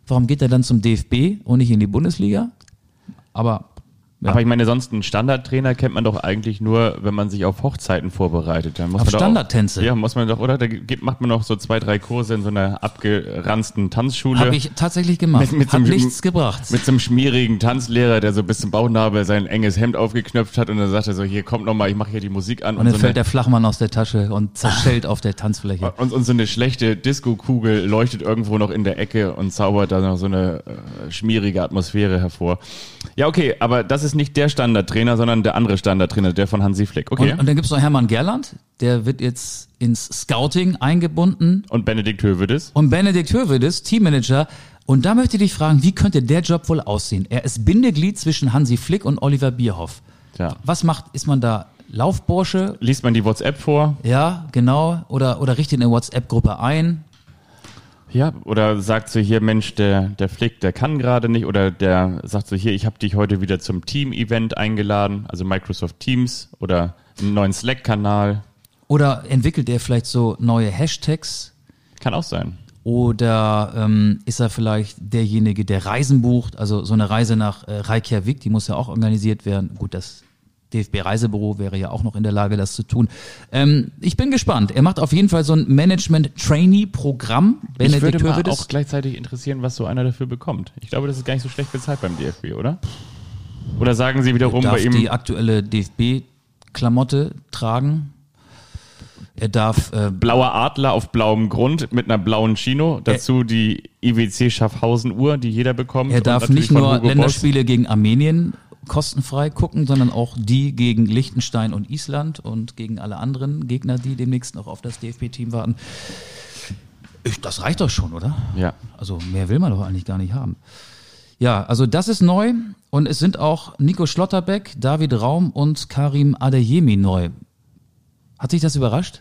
Warum geht er dann zum DFB und nicht in die Bundesliga? Aber ja. Aber ich meine, sonst einen Standardtrainer kennt man doch eigentlich nur, wenn man sich auf Hochzeiten vorbereitet. Dann muss auf man Standardtänze? Ja, muss man doch, oder? Macht man noch so 2, 3 Kurse in so einer abgeranzten Tanzschule. Habe ich tatsächlich gemacht. Hat nichts gebracht. Mit so einem schmierigen Tanzlehrer, der so bis zum Bauchnabel sein enges Hemd aufgeknöpft hat und dann sagt er so, hier, kommt noch mal, ich mache hier die Musik an. Und dann fällt der Flachmann aus der Tasche und zerschellt auf der Tanzfläche. Und so eine schlechte Disco-Kugel leuchtet irgendwo noch in der Ecke und zaubert da noch so eine schmierige Atmosphäre hervor. Ja, okay, aber das ist nicht der Standardtrainer, sondern der andere Standardtrainer, der von Hansi Flick. Okay. Und dann gibt's noch Hermann Gerland, der wird jetzt ins Scouting eingebunden. Und Benedikt Höwedes. Teammanager. Und da möchte ich dich fragen, wie könnte der Job wohl aussehen? Er ist Bindeglied zwischen Hansi Flick und Oliver Bierhoff. Ja. Was ist man da Laufbursche? Liest man die WhatsApp vor? Ja, genau. Oder richtet eine WhatsApp-Gruppe ein? Ja, oder sagt so hier, Mensch, der Flick, der kann gerade nicht, oder der sagt so hier, ich habe dich heute wieder zum Team-Event eingeladen, also Microsoft Teams oder einen neuen Slack-Kanal. Oder entwickelt er vielleicht so neue Hashtags? Kann auch sein. Oder ist er vielleicht derjenige, der Reisen bucht, also so eine Reise nach Reykjavik, die muss ja auch organisiert werden. Gut, das DFB-Reisebüro wäre ja auch noch in der Lage, das zu tun. Ich bin gespannt. Er macht auf jeden Fall so ein Management-Trainee-Programm. Mich würde mal auch gleichzeitig interessieren, was so einer dafür bekommt. Ich glaube, das ist gar nicht so schlecht bezahlt beim DFB, oder? Oder sagen Sie wiederum bei ihm... Er darf die aktuelle DFB-Klamotte tragen. Er darf... blauer Adler auf blauem Grund mit einer blauen Chino. Dazu die IWC Schaffhausen-Uhr, die jeder bekommt. Er darf nicht nur Länderspiele gegen Armenien kostenfrei gucken, sondern auch die gegen Liechtenstein und Island und gegen alle anderen Gegner, die demnächst noch auf das DFB-Team warten. Das reicht doch schon, oder? Ja. Also mehr will man doch eigentlich gar nicht haben. Ja, also das ist neu und es sind auch Nico Schlotterbeck, David Raum und Karim Adeyemi neu. Hat sich das überrascht?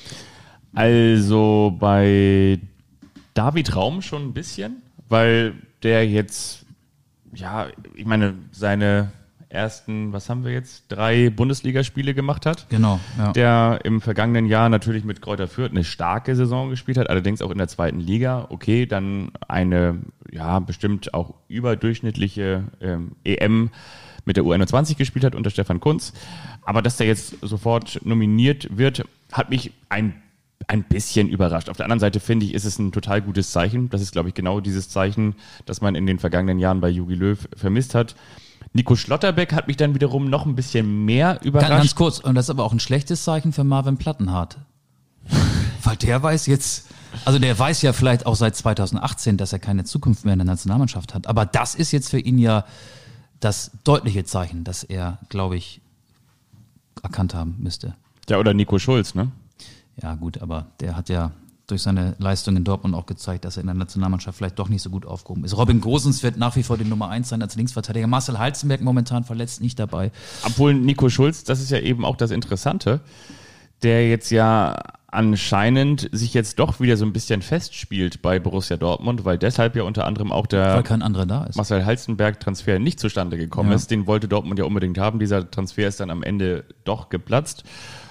Also bei David Raum schon ein bisschen, weil der jetzt, ja, ich meine, seine ersten, was haben wir jetzt, 3 Bundesligaspiele gemacht hat. Genau, ja. Der im vergangenen Jahr natürlich mit Greuther Fürth eine starke Saison gespielt hat, allerdings auch in der 2. Liga. Okay, dann eine, ja, bestimmt auch überdurchschnittliche EM mit der U21 gespielt hat unter Stefan Kuntz. Aber dass der jetzt sofort nominiert wird, hat mich ein bisschen überrascht. Auf der anderen Seite finde ich, ist es ein total gutes Zeichen. Das ist, glaube ich, genau dieses Zeichen, das man in den vergangenen Jahren bei Jogi Löw vermisst hat. Nico Schlotterbeck hat mich dann wiederum noch ein bisschen mehr überrascht. Ganz kurz, und das ist aber auch ein schlechtes Zeichen für Marvin Plattenhardt. Weil der weiß jetzt, also der weiß ja vielleicht auch seit 2018, dass er keine Zukunft mehr in der Nationalmannschaft hat. Aber das ist jetzt für ihn ja das deutliche Zeichen, das er, glaube ich, erkannt haben müsste. Ja, oder Nico Schulz, ne? Ja gut, aber der hat ja durch seine Leistung in Dortmund auch gezeigt, dass er in der Nationalmannschaft vielleicht doch nicht so gut aufgehoben ist. Robin Gosens wird nach wie vor die Nummer 1 sein als Linksverteidiger. Marcel Halzenberg momentan verletzt, nicht dabei. Obwohl Nico Schulz, das ist ja eben auch das Interessante, der jetzt ja anscheinend sich jetzt doch wieder so ein bisschen festspielt bei Borussia Dortmund, weil deshalb ja unter anderem auch weil kein anderer da ist. Marcel Halzenberg-Transfer nicht zustande gekommen ist. Den wollte Dortmund ja unbedingt haben. Dieser Transfer ist dann am Ende doch geplatzt.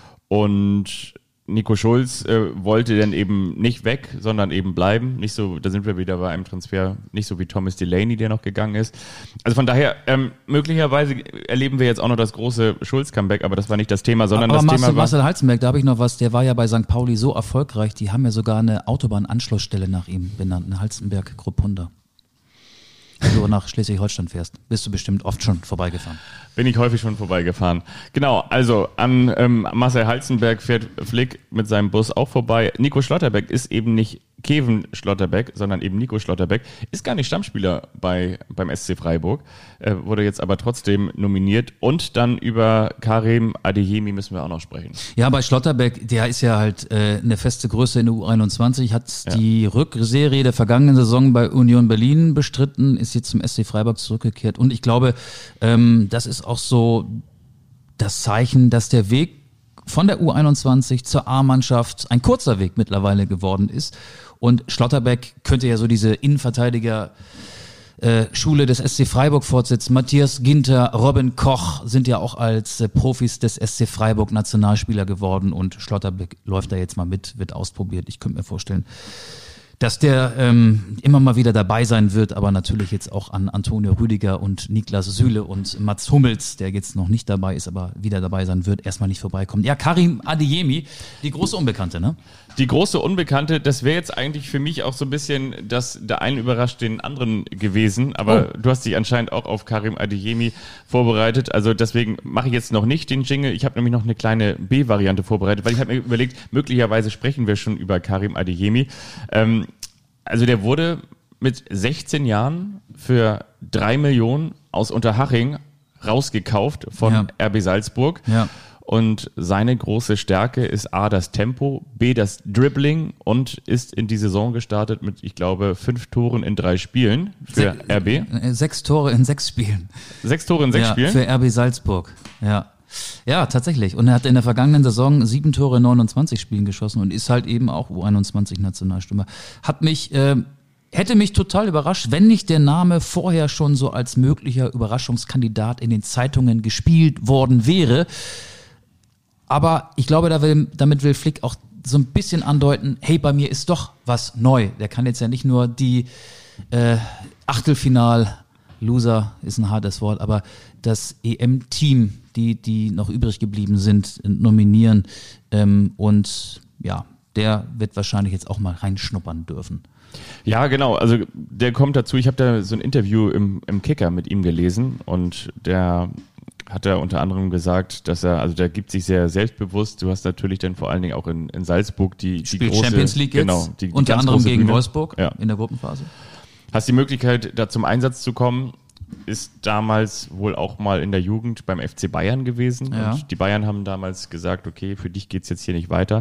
Und Nico Schulz wollte dann eben nicht weg, sondern eben bleiben. Nicht so, da sind wir wieder bei einem Transfer, nicht so wie Thomas Delaney, der noch gegangen ist. Also von daher, möglicherweise erleben wir jetzt auch noch das große Schulz-Comeback, aber das war nicht das Thema, sondern aber das Thema war... Marcel Halzenberg, da habe ich noch was, der war ja bei St. Pauli so erfolgreich, die haben ja sogar eine Autobahnanschlussstelle nach ihm benannt, eine Halzenberg-Gruppunda. Wenn du nach Schleswig-Holstein fährst, bist du bestimmt oft schon vorbeigefahren. Bin ich häufig schon vorbeigefahren. Genau, also an Marcel Halzenberg fährt Flick mit seinem Bus auch vorbei. Nico Schlotterbeck ist eben nicht Kevin Schlotterbeck, sondern eben Nico Schlotterbeck. Ist gar nicht Stammspieler beim SC Freiburg, wurde jetzt aber trotzdem nominiert. Und dann über Karim Adeyemi müssen wir auch noch sprechen. Ja, bei Schlotterbeck, der ist ja halt eine feste Größe in der U21, hat die Rückserie der vergangenen Saison bei Union Berlin bestritten, ist jetzt zum SC Freiburg zurückgekehrt. Und ich glaube, das ist auch so das Zeichen, dass der Weg von der U21 zur A-Mannschaft ein kurzer Weg mittlerweile geworden ist. Und Schlotterbeck könnte ja so diese Innenverteidiger-Schule des SC Freiburg fortsetzen. Matthias Ginter, Robin Koch sind ja auch als Profis des SC Freiburg Nationalspieler geworden und Schlotterbeck läuft da jetzt mal mit, wird ausprobiert. Ich könnte mir vorstellen, dass der immer mal wieder dabei sein wird, aber natürlich jetzt auch an Antonio Rüdiger und Niklas Süle und Mats Hummels, der jetzt noch nicht dabei ist, aber wieder dabei sein wird, erstmal nicht vorbeikommt. Ja, Karim Adeyemi, die große Unbekannte, ne? Die große Unbekannte, das wäre jetzt eigentlich für mich auch so ein bisschen, dass der eine überrascht den anderen gewesen, aber du hast dich anscheinend auch auf Karim Adeyemi vorbereitet, also deswegen mache ich jetzt noch nicht den Jingle. Ich habe nämlich noch eine kleine B-Variante vorbereitet, weil ich habe mir überlegt, möglicherweise sprechen wir schon über Karim Adeyemi. Also der wurde mit 16 Jahren für 3 Millionen aus Unterhaching rausgekauft von RB Salzburg. Ja. Und seine große Stärke ist A, das Tempo, B, das Dribbling und ist in die Saison gestartet mit, ich glaube, 5 Toren in 3 Spielen für RB. 6 Tore in 6 Spielen. 6 Tore in 6 Spielen? Für RB Salzburg, ja. Ja, tatsächlich. Und er hat in der vergangenen Saison 7 Tore in 29 Spielen geschossen und ist halt eben auch U21-Nationalstürmer. Hätte mich total überrascht, wenn nicht der Name vorher schon so als möglicher Überraschungskandidat in den Zeitungen gespielt worden wäre. Aber ich glaube, damit will Flick auch so ein bisschen andeuten, hey, bei mir ist doch was neu. Der kann jetzt ja nicht nur die Achtelfinal-Loser, ist ein hartes Wort, aber das EM-Team, die noch übrig geblieben sind, nominieren. Und ja, der wird wahrscheinlich jetzt auch mal reinschnuppern dürfen. Ja, genau. Also der kommt dazu. Ich habe da so ein Interview im Kicker mit ihm gelesen und der hat er unter anderem gesagt, dass er, also der gibt sich sehr selbstbewusst. Du hast natürlich dann vor allen Dingen auch in Salzburg die große Champions League jetzt, genau, die unter ganz anderem große gegen Bühne. Wolfsburg in der Gruppenphase. Hast die Möglichkeit, da zum Einsatz zu kommen, ist damals wohl auch mal in der Jugend beim FC Bayern gewesen. Ja. Und die Bayern haben damals gesagt, okay, für dich geht's jetzt hier nicht weiter.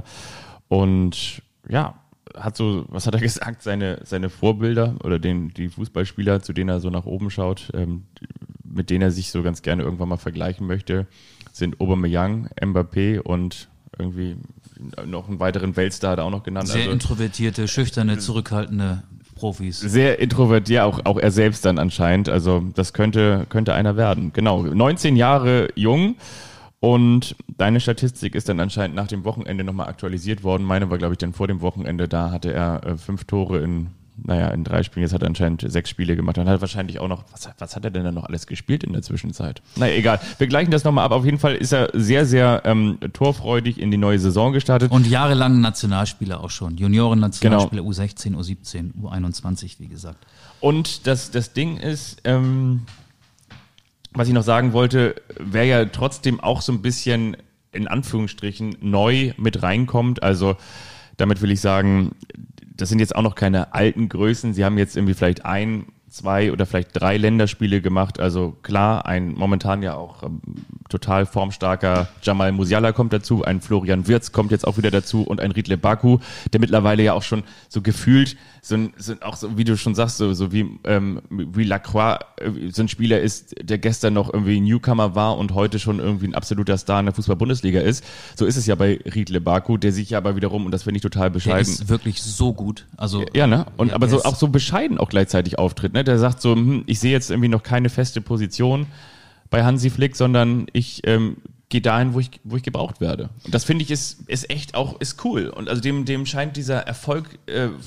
Und ja, was hat er gesagt? Seine Vorbilder oder die Fußballspieler, zu denen er so nach oben schaut, mit denen er sich so ganz gerne irgendwann mal vergleichen möchte, sind Aubameyang, Mbappé und irgendwie noch einen weiteren Weltstar da auch noch genannt. Sehr introvertierte, schüchterne, zurückhaltende Profis. Sehr introvertiert, auch er selbst dann anscheinend. Also das könnte einer werden. Genau, 19 Jahre jung. Und deine Statistik ist dann anscheinend nach dem Wochenende nochmal aktualisiert worden. Meine war, glaube ich, dann vor dem Wochenende. Da hatte er 5 Tore in 3 Spielen. Jetzt hat er anscheinend 6 Spiele gemacht. Dann hat er wahrscheinlich auch noch, was hat er denn da noch alles gespielt in der Zwischenzeit? Naja, egal. Wir gleichen das nochmal ab. Auf jeden Fall ist er sehr, sehr torfreudig in die neue Saison gestartet. Und jahrelang Nationalspieler auch schon. Junioren-Nationalspieler, genau. U16, U17, U21, wie gesagt. Und das Ding ist, was ich noch sagen wollte, wer ja trotzdem auch so ein bisschen in Anführungsstrichen neu mit reinkommt. Also damit will ich sagen, das sind jetzt auch noch keine alten Größen. Sie haben jetzt irgendwie vielleicht 1, 2 oder vielleicht 3 Länderspiele gemacht. Also klar, ein momentan ja auch total formstarker Jamal Musiala kommt dazu, ein Florian Wirtz kommt jetzt auch wieder dazu und ein Riedle Baku, der mittlerweile ja auch schon so gefühlt auch so, wie du schon sagst, so wie Lacroix so ein Spieler ist, der gestern noch irgendwie Newcomer war und heute schon irgendwie ein absoluter Star in der Fußball-Bundesliga ist. So ist es ja bei Riedle Baku, der sich ja aber wiederum, und das finde ich total bescheiden. Der ist wirklich so gut. Also, ja, ne? Und ja, aber so auch so bescheiden auch gleichzeitig auftritt, ne? Der sagt so, ich sehe jetzt irgendwie noch keine feste Position bei Hansi Flick, sondern ich gehe dahin, wo ich gebraucht werde. Und das finde ich ist echt auch, ist cool. Und also dem scheint dieser Erfolg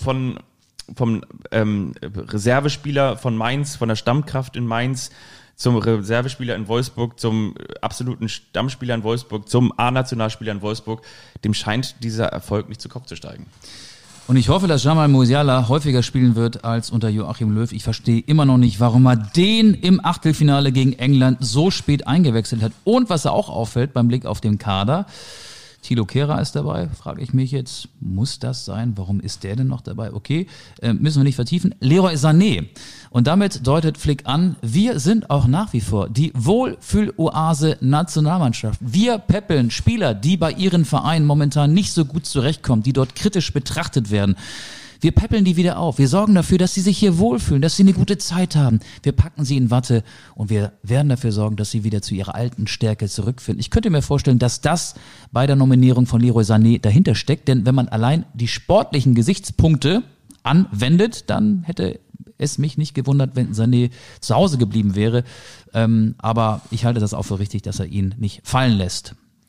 vom Reservespieler von Mainz, von der Stammkraft in Mainz zum Reservespieler in Wolfsburg, zum absoluten Stammspieler in Wolfsburg, zum A-Nationalspieler in Wolfsburg, dem scheint dieser Erfolg nicht zu Kopf zu steigen. Und ich hoffe, dass Jamal Musiala häufiger spielen wird als unter Joachim Löw. Ich verstehe immer noch nicht, warum er den im Achtelfinale gegen England so spät eingewechselt hat. Und was er auch auffällt beim Blick auf den Kader, Thilo Kehrer ist dabei, frage ich mich jetzt, muss das sein? Warum ist der denn noch dabei? Okay, müssen wir nicht vertiefen. Leroy Sané. Und damit deutet Flick an, wir sind auch nach wie vor die Wohlfühl-Oase Nationalmannschaft. Wir peppeln Spieler, die bei ihren Vereinen momentan nicht so gut zurechtkommen, die dort kritisch betrachtet werden. Wir peppeln die wieder auf. Wir sorgen dafür, dass sie sich hier wohlfühlen, dass sie eine gute Zeit haben. Wir packen sie in Watte und wir werden dafür sorgen, dass sie wieder zu ihrer alten Stärke zurückfinden. Ich könnte mir vorstellen, dass das bei der Nominierung von Leroy Sané dahinter steckt, denn wenn man allein die sportlichen Gesichtspunkte anwendet, dann hätte es mich nicht gewundert, wenn Sané zu Hause geblieben wäre. Aber ich halte das auch für richtig, dass er ihn nicht fallen lässt.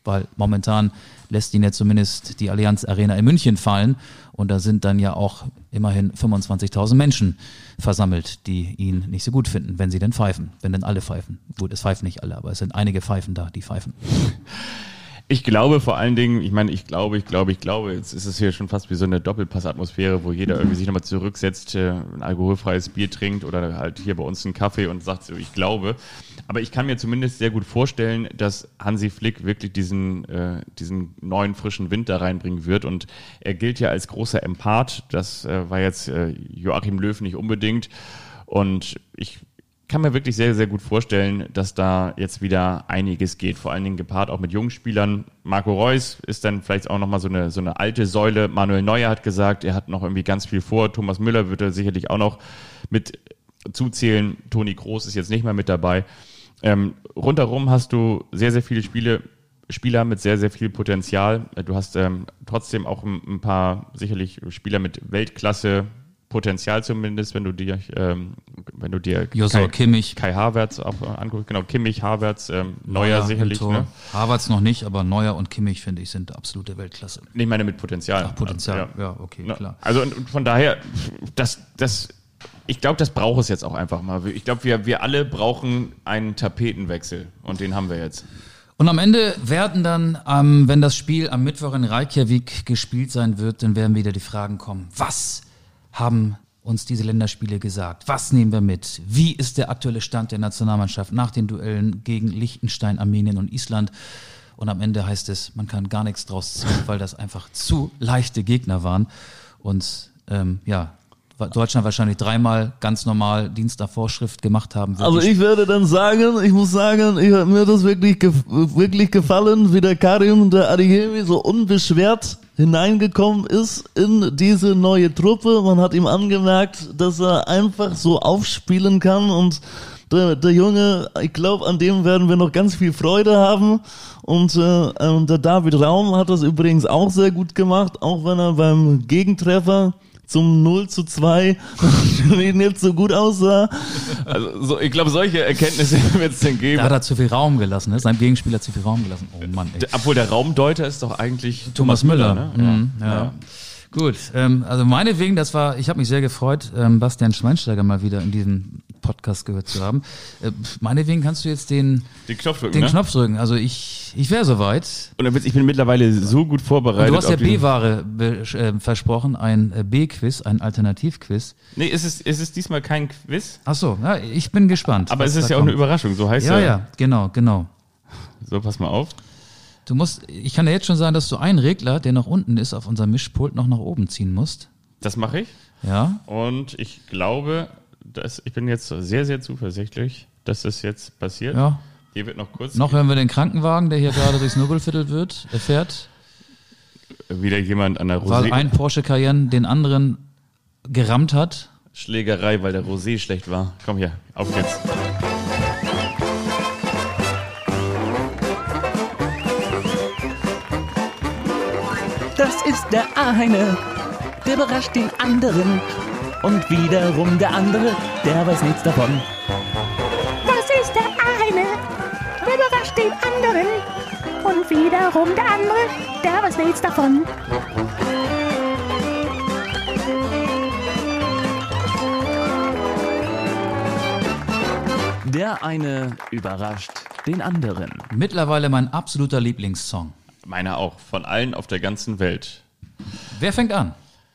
weil momentan lässt ihn ja zumindest die Allianz Arena in München fallen und da sind dann ja auch immerhin 25.000 Menschen versammelt, die ihn nicht so gut finden, wenn sie denn pfeifen, wenn denn alle pfeifen. Gut, es pfeifen nicht alle, aber es sind einige Pfeifen da, die pfeifen. Ich glaube vor allen Dingen, ich glaube, jetzt ist es hier schon fast wie so eine Doppelpassatmosphäre, wo jeder irgendwie sich nochmal zurücksetzt, ein alkoholfreies Bier trinkt oder halt hier bei uns einen Kaffee und sagt so, ich glaube. Aber ich kann mir zumindest sehr gut vorstellen, dass Hansi Flick wirklich diesen neuen, frischen Wind da reinbringen wird und er gilt ja als großer Empath, das war jetzt Joachim Löw nicht unbedingt und ich kann mir wirklich sehr, sehr gut vorstellen, dass da jetzt wieder einiges geht, vor allen Dingen gepaart auch mit jungen Spielern. Marco Reus ist dann vielleicht auch nochmal so eine alte Säule. Manuel Neuer hat gesagt, er hat noch irgendwie ganz viel vor. Thomas Müller wird er sicherlich auch noch mit zuzählen. Toni Kroos ist jetzt nicht mehr mit dabei. Rundherum hast du sehr, sehr viele Spieler mit sehr, sehr viel Potenzial. Du hast trotzdem auch ein paar sicherlich Spieler mit Weltklasse Potenzial zumindest, wenn du dir Kimmich, Kai Havertz auch anguckst, genau, Kimmich, Havertz, Neuer sicherlich. Ne? Havertz noch nicht, aber Neuer und Kimmich, finde ich, sind absolute Weltklasse. Ich meine mit Potenzial. Ach, Potenzial, ja okay, klar. Also und von daher, ich glaube, das braucht es jetzt auch einfach mal. Ich glaube, wir alle brauchen einen Tapetenwechsel und den haben wir jetzt. Und am Ende werden dann, wenn das Spiel am Mittwoch in Reykjavik gespielt sein wird, dann werden wieder die Fragen kommen, was haben uns diese Länderspiele gesagt? Was nehmen wir mit? Wie ist der aktuelle Stand der Nationalmannschaft nach den Duellen gegen Liechtenstein, Armenien und Island? Und am Ende heißt es, man kann gar nichts draus ziehen, weil das einfach zu leichte Gegner waren. Und Deutschland wahrscheinlich 3-mal ganz normal Dienst nach Vorschrift gemacht haben wird. Also ich werde dann sagen, ich muss sagen, mir hat das wirklich gefallen, wie der Karim und der Adeyemi so unbeschwert hineingekommen ist in diese neue Truppe. Man hat ihm angemerkt, dass er einfach so aufspielen kann und der Junge, ich glaube, an dem werden wir noch ganz viel Freude haben und der David Raum hat das übrigens auch sehr gut gemacht, auch wenn er beim Gegentreffer zum 0:2 nicht so gut aussah. Also ich glaube, solche Erkenntnisse wird es denn geben. Da hat er zu viel Raum gelassen, ne? Seinem Gegenspieler hat zu viel Raum gelassen. Oh Mann, ey. Obwohl der Raumdeuter ist doch eigentlich Thomas Müller. Ne? Ja. Gut, also meinetwegen, ich habe mich sehr gefreut, Bastian Schweinsteiger mal wieder in diesem Podcast gehört zu haben. Meinetwegen kannst du jetzt den Knopf drücken. Also ich wäre soweit. Und ich bin mittlerweile so gut vorbereitet. Und du hast ja B-Ware versprochen, ein B-Quiz, ein Alternativquiz. Nee, ist es diesmal kein Quiz? Ach so, ja, ich bin gespannt. Aber es ist ja auch eine Überraschung, so heißt ja. Ja, genau. So, pass mal auf. Ich kann dir jetzt schon sagen, dass du einen Regler, der noch unten ist auf unserem Mischpult, noch nach oben ziehen musst. Das mache ich. Ja. Und ich glaube, ich bin jetzt sehr, sehr zuversichtlich, dass das jetzt passiert. Ja. Hier wird noch kurz. Noch hören wir den Krankenwagen, der hier gerade durchs Nubbelviertel fährt. Wieder jemand an der Rosé. Weil ein Porsche Cayenne den anderen gerammt hat. Schlägerei, weil der Rosé schlecht war. Komm hier, auf geht's. Das ist der eine, der überrascht den anderen. Und wiederum der andere, der weiß nichts davon. Das ist der eine, der überrascht den anderen. Und wiederum der andere, der weiß nichts davon. Der eine überrascht den anderen. Mittlerweile mein absoluter Lieblingssong. Meiner auch, von allen auf der ganzen Welt. Wer fängt an?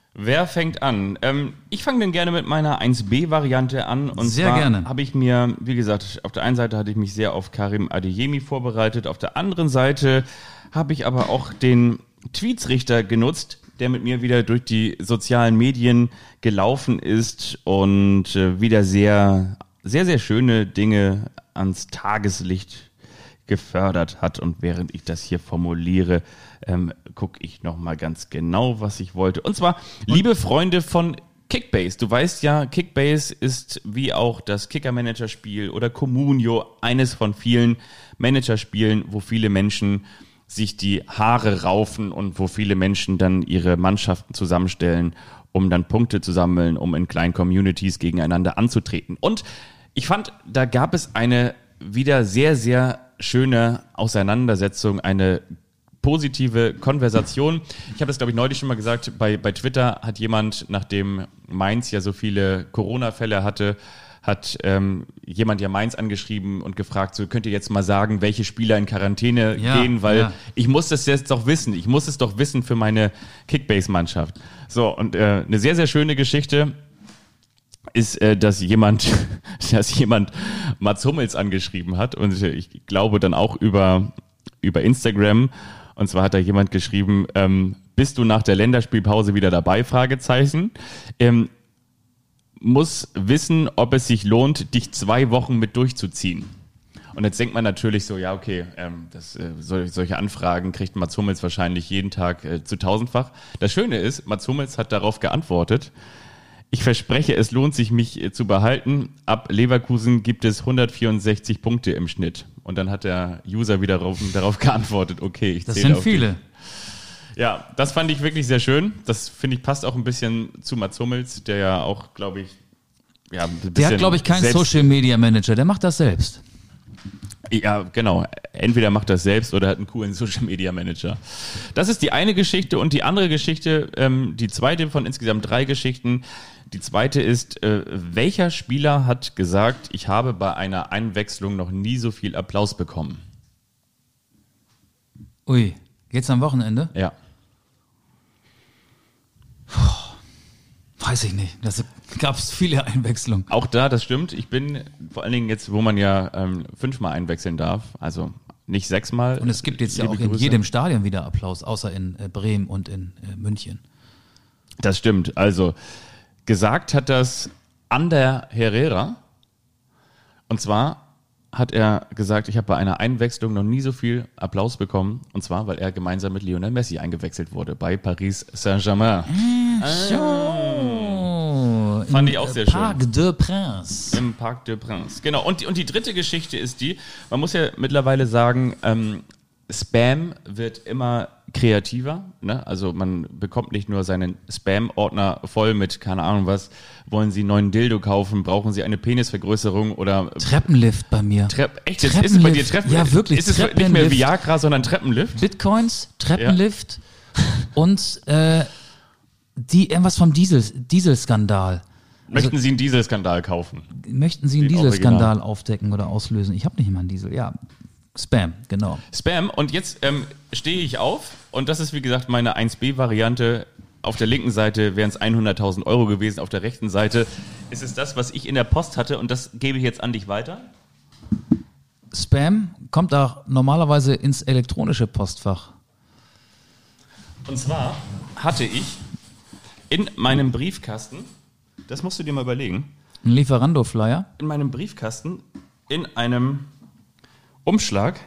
Ich fange dann gerne mit meiner 1B-Variante an. Und sehr zwar gerne. Habe ich mir, wie gesagt, auf der einen Seite hatte ich mich sehr auf Karim Adeyemi vorbereitet, auf der anderen Seite habe ich aber auch den Tweetsrichter genutzt, der mit mir wieder durch die sozialen Medien gelaufen ist und wieder sehr, sehr, sehr schöne Dinge ans Tageslicht gefördert hat. Und während ich das hier formuliere, gucke ich nochmal ganz genau, was ich wollte. Und zwar, liebe Freunde von Kickbase. Du weißt ja, Kickbase ist wie auch das Kicker-Manager-Spiel oder Communio eines von vielen Managerspielen, wo viele Menschen sich die Haare raufen und wo viele Menschen dann ihre Mannschaften zusammenstellen, um dann Punkte zu sammeln, um in kleinen Communities gegeneinander anzutreten. Und ich fand, da gab es eine wieder sehr, sehr schöne Auseinandersetzung, eine positive Konversation. Ich habe das, glaube ich, neulich schon mal gesagt, bei Twitter hat jemand, nachdem Mainz ja so viele Corona-Fälle hatte, hat jemand ja Mainz angeschrieben und gefragt, so könnt ihr jetzt mal sagen, welche Spieler in Quarantäne gehen, weil ich muss das jetzt doch wissen. Ich muss es doch wissen für meine Kickbase-Mannschaft. So, und eine sehr, sehr schöne Geschichte ist, dass jemand Mats Hummels angeschrieben hat und ich glaube dann auch über Instagram. Und zwar hat da jemand geschrieben, bist du nach der Länderspielpause wieder dabei? Fragezeichen. Muss wissen, ob es sich lohnt, dich 2 Wochen mit durchzuziehen. Und jetzt denkt man natürlich so, ja okay, solche Anfragen kriegt Mats Hummels wahrscheinlich jeden Tag zu 1000-fach. Das Schöne ist, Mats Hummels hat darauf geantwortet, ich verspreche, es lohnt sich, mich zu behalten. Ab Leverkusen gibt es 164 Punkte im Schnitt. Und dann hat der User wieder darauf geantwortet, okay, ich zähle auf Das sind viele. Ja, das fand ich wirklich sehr schön. Das, finde ich, passt auch ein bisschen zu Mats Hummels, der ja auch, glaube ich, ein bisschen Der hat, glaube ich, keinen Social Media Manager, der macht das selbst. Ja, genau. Entweder macht das selbst oder hat einen coolen Social Media Manager. Das ist die eine Geschichte und die andere Geschichte, die zweite von insgesamt 3 Geschichten. Die zweite ist, welcher Spieler hat gesagt, ich habe bei einer Einwechslung noch nie so viel Applaus bekommen? Ui, jetzt am Wochenende? Ja. Weiß ich nicht. Da gab es viele Einwechslungen. Auch da, das stimmt. Ich bin vor allen Dingen jetzt, wo man ja 5-mal einwechseln darf, also nicht 6-mal. Und es gibt jetzt ja auch in jedem Stadion wieder Applaus, außer in Bremen und in München. Das stimmt. Also gesagt hat das Ander Herrera. Und zwar hat er gesagt, ich habe bei einer Einwechslung noch nie so viel Applaus bekommen. Und zwar, weil er gemeinsam mit Lionel Messi eingewechselt wurde bei Paris Saint-Germain. Fand ich auch sehr schön. Parc des Princes. Im Parc des Princes. Genau. Und die dritte Geschichte ist die, man muss ja mittlerweile sagen, Spam wird immer kreativer. Ne? Also man bekommt nicht nur seinen Spam-Ordner voll mit, keine Ahnung was, wollen Sie einen neuen Dildo kaufen, brauchen Sie eine Penisvergrößerung oder... Treppenlift bei mir. Echt? Jetzt ist es bei dir Treppenlift? Ja, wirklich. Ist es nicht mehr Viagra, sondern Treppenlift? Bitcoins, Treppenlift und irgendwas vom Dieselskandal. Möchten Sie einen Dieselskandal kaufen? Möchten Sie einen Den Dieselskandal aufdecken oder auslösen? Ich habe nicht mal einen Diesel. Ja, Spam, genau. Spam. Und jetzt stehe ich auf und das ist, wie gesagt, meine 1B-Variante. Auf der linken Seite wären es 100.000 Euro gewesen, auf der rechten Seite ist es das, was ich in der Post hatte und das gebe ich jetzt an dich weiter. Spam kommt auch normalerweise ins elektronische Postfach. Und zwar hatte ich in meinem Briefkasten, das musst du dir mal überlegen, Ein Lieferando-Flyer. in meinem Briefkasten, in einem Umschlag,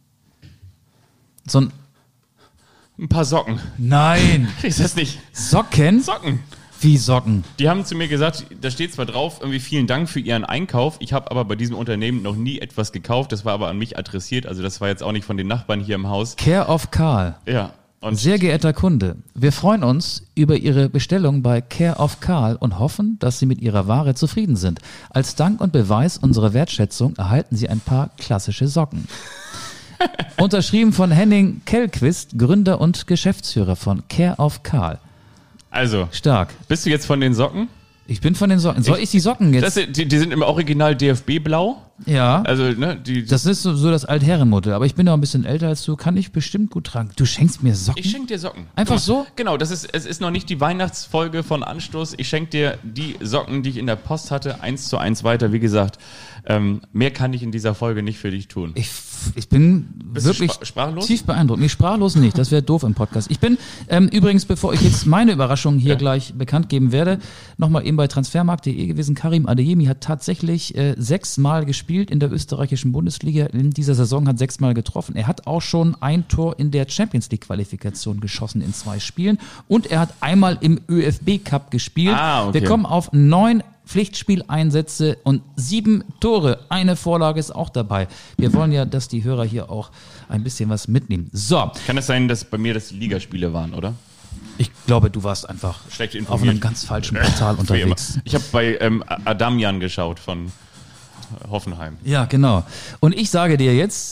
So ein paar Socken. Nein! Kriegst du das nicht? Socken? Socken. Wie Socken? Die haben zu mir gesagt, da steht zwar drauf, irgendwie vielen Dank für Ihren Einkauf. Ich habe aber bei diesem Unternehmen noch nie etwas gekauft. Das war aber an mich adressiert. Also das war jetzt auch nicht von den Nachbarn hier im Haus. Care of Karl. Ja. Und Sehr geehrter Kunde, wir freuen uns über Ihre Bestellung bei Care of Karl und hoffen, dass Sie mit Ihrer Ware zufrieden sind. Als Dank und Beweis unserer Wertschätzung erhalten Sie ein paar klassische Socken. Unterschrieben von Henning Kellquist, Gründer und Geschäftsführer von Care of Karl. also, Stark. bist du jetzt von den Socken? Ich bin von den Socken. Soll ich die Socken jetzt? Die sind im Original DFB-Blau. Ja. Also, ne, Das ist so das Altherrenmodell, aber ich bin noch ein bisschen älter als du, kann ich bestimmt gut tragen. Du schenkst mir Socken? Ich schenke dir Socken. Einfach Guck mal. so? Genau, es ist noch nicht die Weihnachtsfolge von Anstoß. Ich schenke dir die Socken, die ich in der Post hatte, 1:1 weiter. Wie gesagt, mehr kann ich in dieser Folge nicht für dich tun. Ich bin Bist du wirklich sprachlos? tief beeindruckt. Nee, sprachlos nicht, das wäre doof im Podcast. Ich bin übrigens, bevor ich jetzt meine Überraschung hier gleich bekannt geben werde, nochmal eben bei transfermarkt.de gewesen. Karim Adeyemi hat tatsächlich 6-mal gespielt in der österreichischen Bundesliga. In dieser Saison hat 6-mal getroffen. Er hat auch schon ein Tor in der Champions League Qualifikation geschossen in 2 Spielen und er hat einmal im ÖFB Cup gespielt. Okay. Wir kommen auf 9 Pflichtspieleinsätze und 7 Tore. Eine Vorlage ist auch dabei. Wir wollen ja, dass die Hörer hier auch ein bisschen was mitnehmen. So, Kann es sein, dass bei mir das Ligaspiele waren, oder? ich glaube, du warst einfach Schlecht auf informiert. einem ganz falschen Portal Wie immer. unterwegs. Ich habe bei Adamian geschaut von Hoffenheim. Ja, genau. Und ich sage dir jetzt,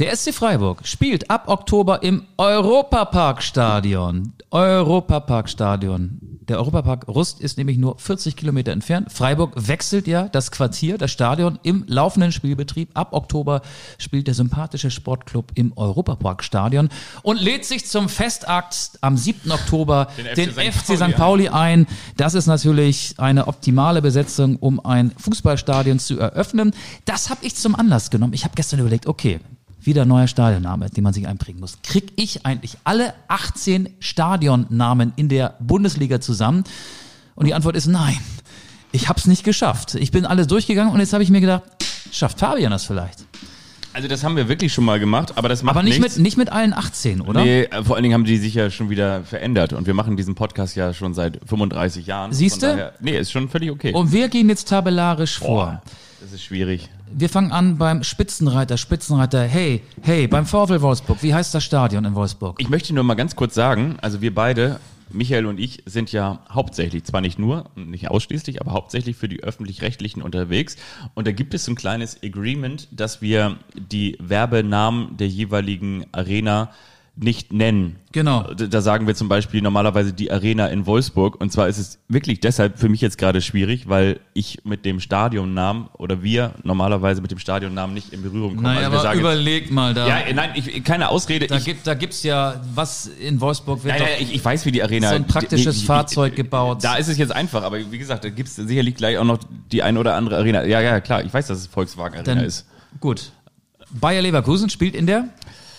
Der SC Freiburg spielt ab Oktober im Europaparkstadion. Europaparkstadion. Der Europapark Rust ist nämlich nur 40 Kilometer entfernt. Freiburg wechselt ja das Quartier, das Stadion im laufenden Spielbetrieb. Ab Oktober spielt der sympathische Sportclub im Europaparkstadion und lädt sich zum Festakt am 7. Oktober den FC St. Pauli ein. Das ist natürlich eine optimale Besetzung, um ein Fußballstadion zu eröffnen. Das habe ich zum Anlass genommen. Ich habe gestern überlegt, okay, wieder neuer Stadionname, den man sich einprägen muss. Krieg ich eigentlich alle 18 Stadionnamen in der Bundesliga zusammen? Und die Antwort ist nein. Ich habe es nicht geschafft. Ich bin alles durchgegangen und jetzt habe ich mir gedacht, schafft Fabian das vielleicht? Also das haben wir wirklich schon mal gemacht, aber das macht Aber nicht nichts. nicht mit allen 18, oder? Nee, vor allen Dingen haben die sich ja schon wieder verändert und wir machen diesen Podcast ja schon seit 35 Jahren. Siehst du? Von daher- Nee, ist schon völlig okay. Und wir gehen jetzt tabellarisch vor. Das ist schwierig. Wir fangen an beim Spitzenreiter, hey, beim VfL Wolfsburg. Wie heißt das Stadion in Wolfsburg? Ich möchte nur mal ganz kurz sagen, also wir beide, Michael und ich, sind ja hauptsächlich, zwar nicht nur, nicht ausschließlich, aber hauptsächlich für die Öffentlich-Rechtlichen unterwegs. Und da gibt es so ein kleines Agreement, dass wir die Werbenamen der jeweiligen Arena nicht nennen. Genau. Da sagen wir zum Beispiel normalerweise die Arena in Wolfsburg. Und zwar ist es wirklich deshalb für mich jetzt gerade schwierig, weil ich mit dem Stadionnamen oder wir normalerweise mit dem Stadionnamen nicht in Berührung kommen. Naja, wir aber sagen überleg mal da. ja, nein, keine Ausrede. Da gibt's ja, was in Wolfsburg wird Nein, doch ich weiß, wie die Arena... so ein praktisches Fahrzeug gebaut. Da ist es jetzt einfach, aber wie gesagt, da gibt es sicherlich gleich auch noch die ein oder andere Arena. Ja, klar, ich weiß, dass es Volkswagen Arena Dann, ist. gut. Bayer Leverkusen spielt in der?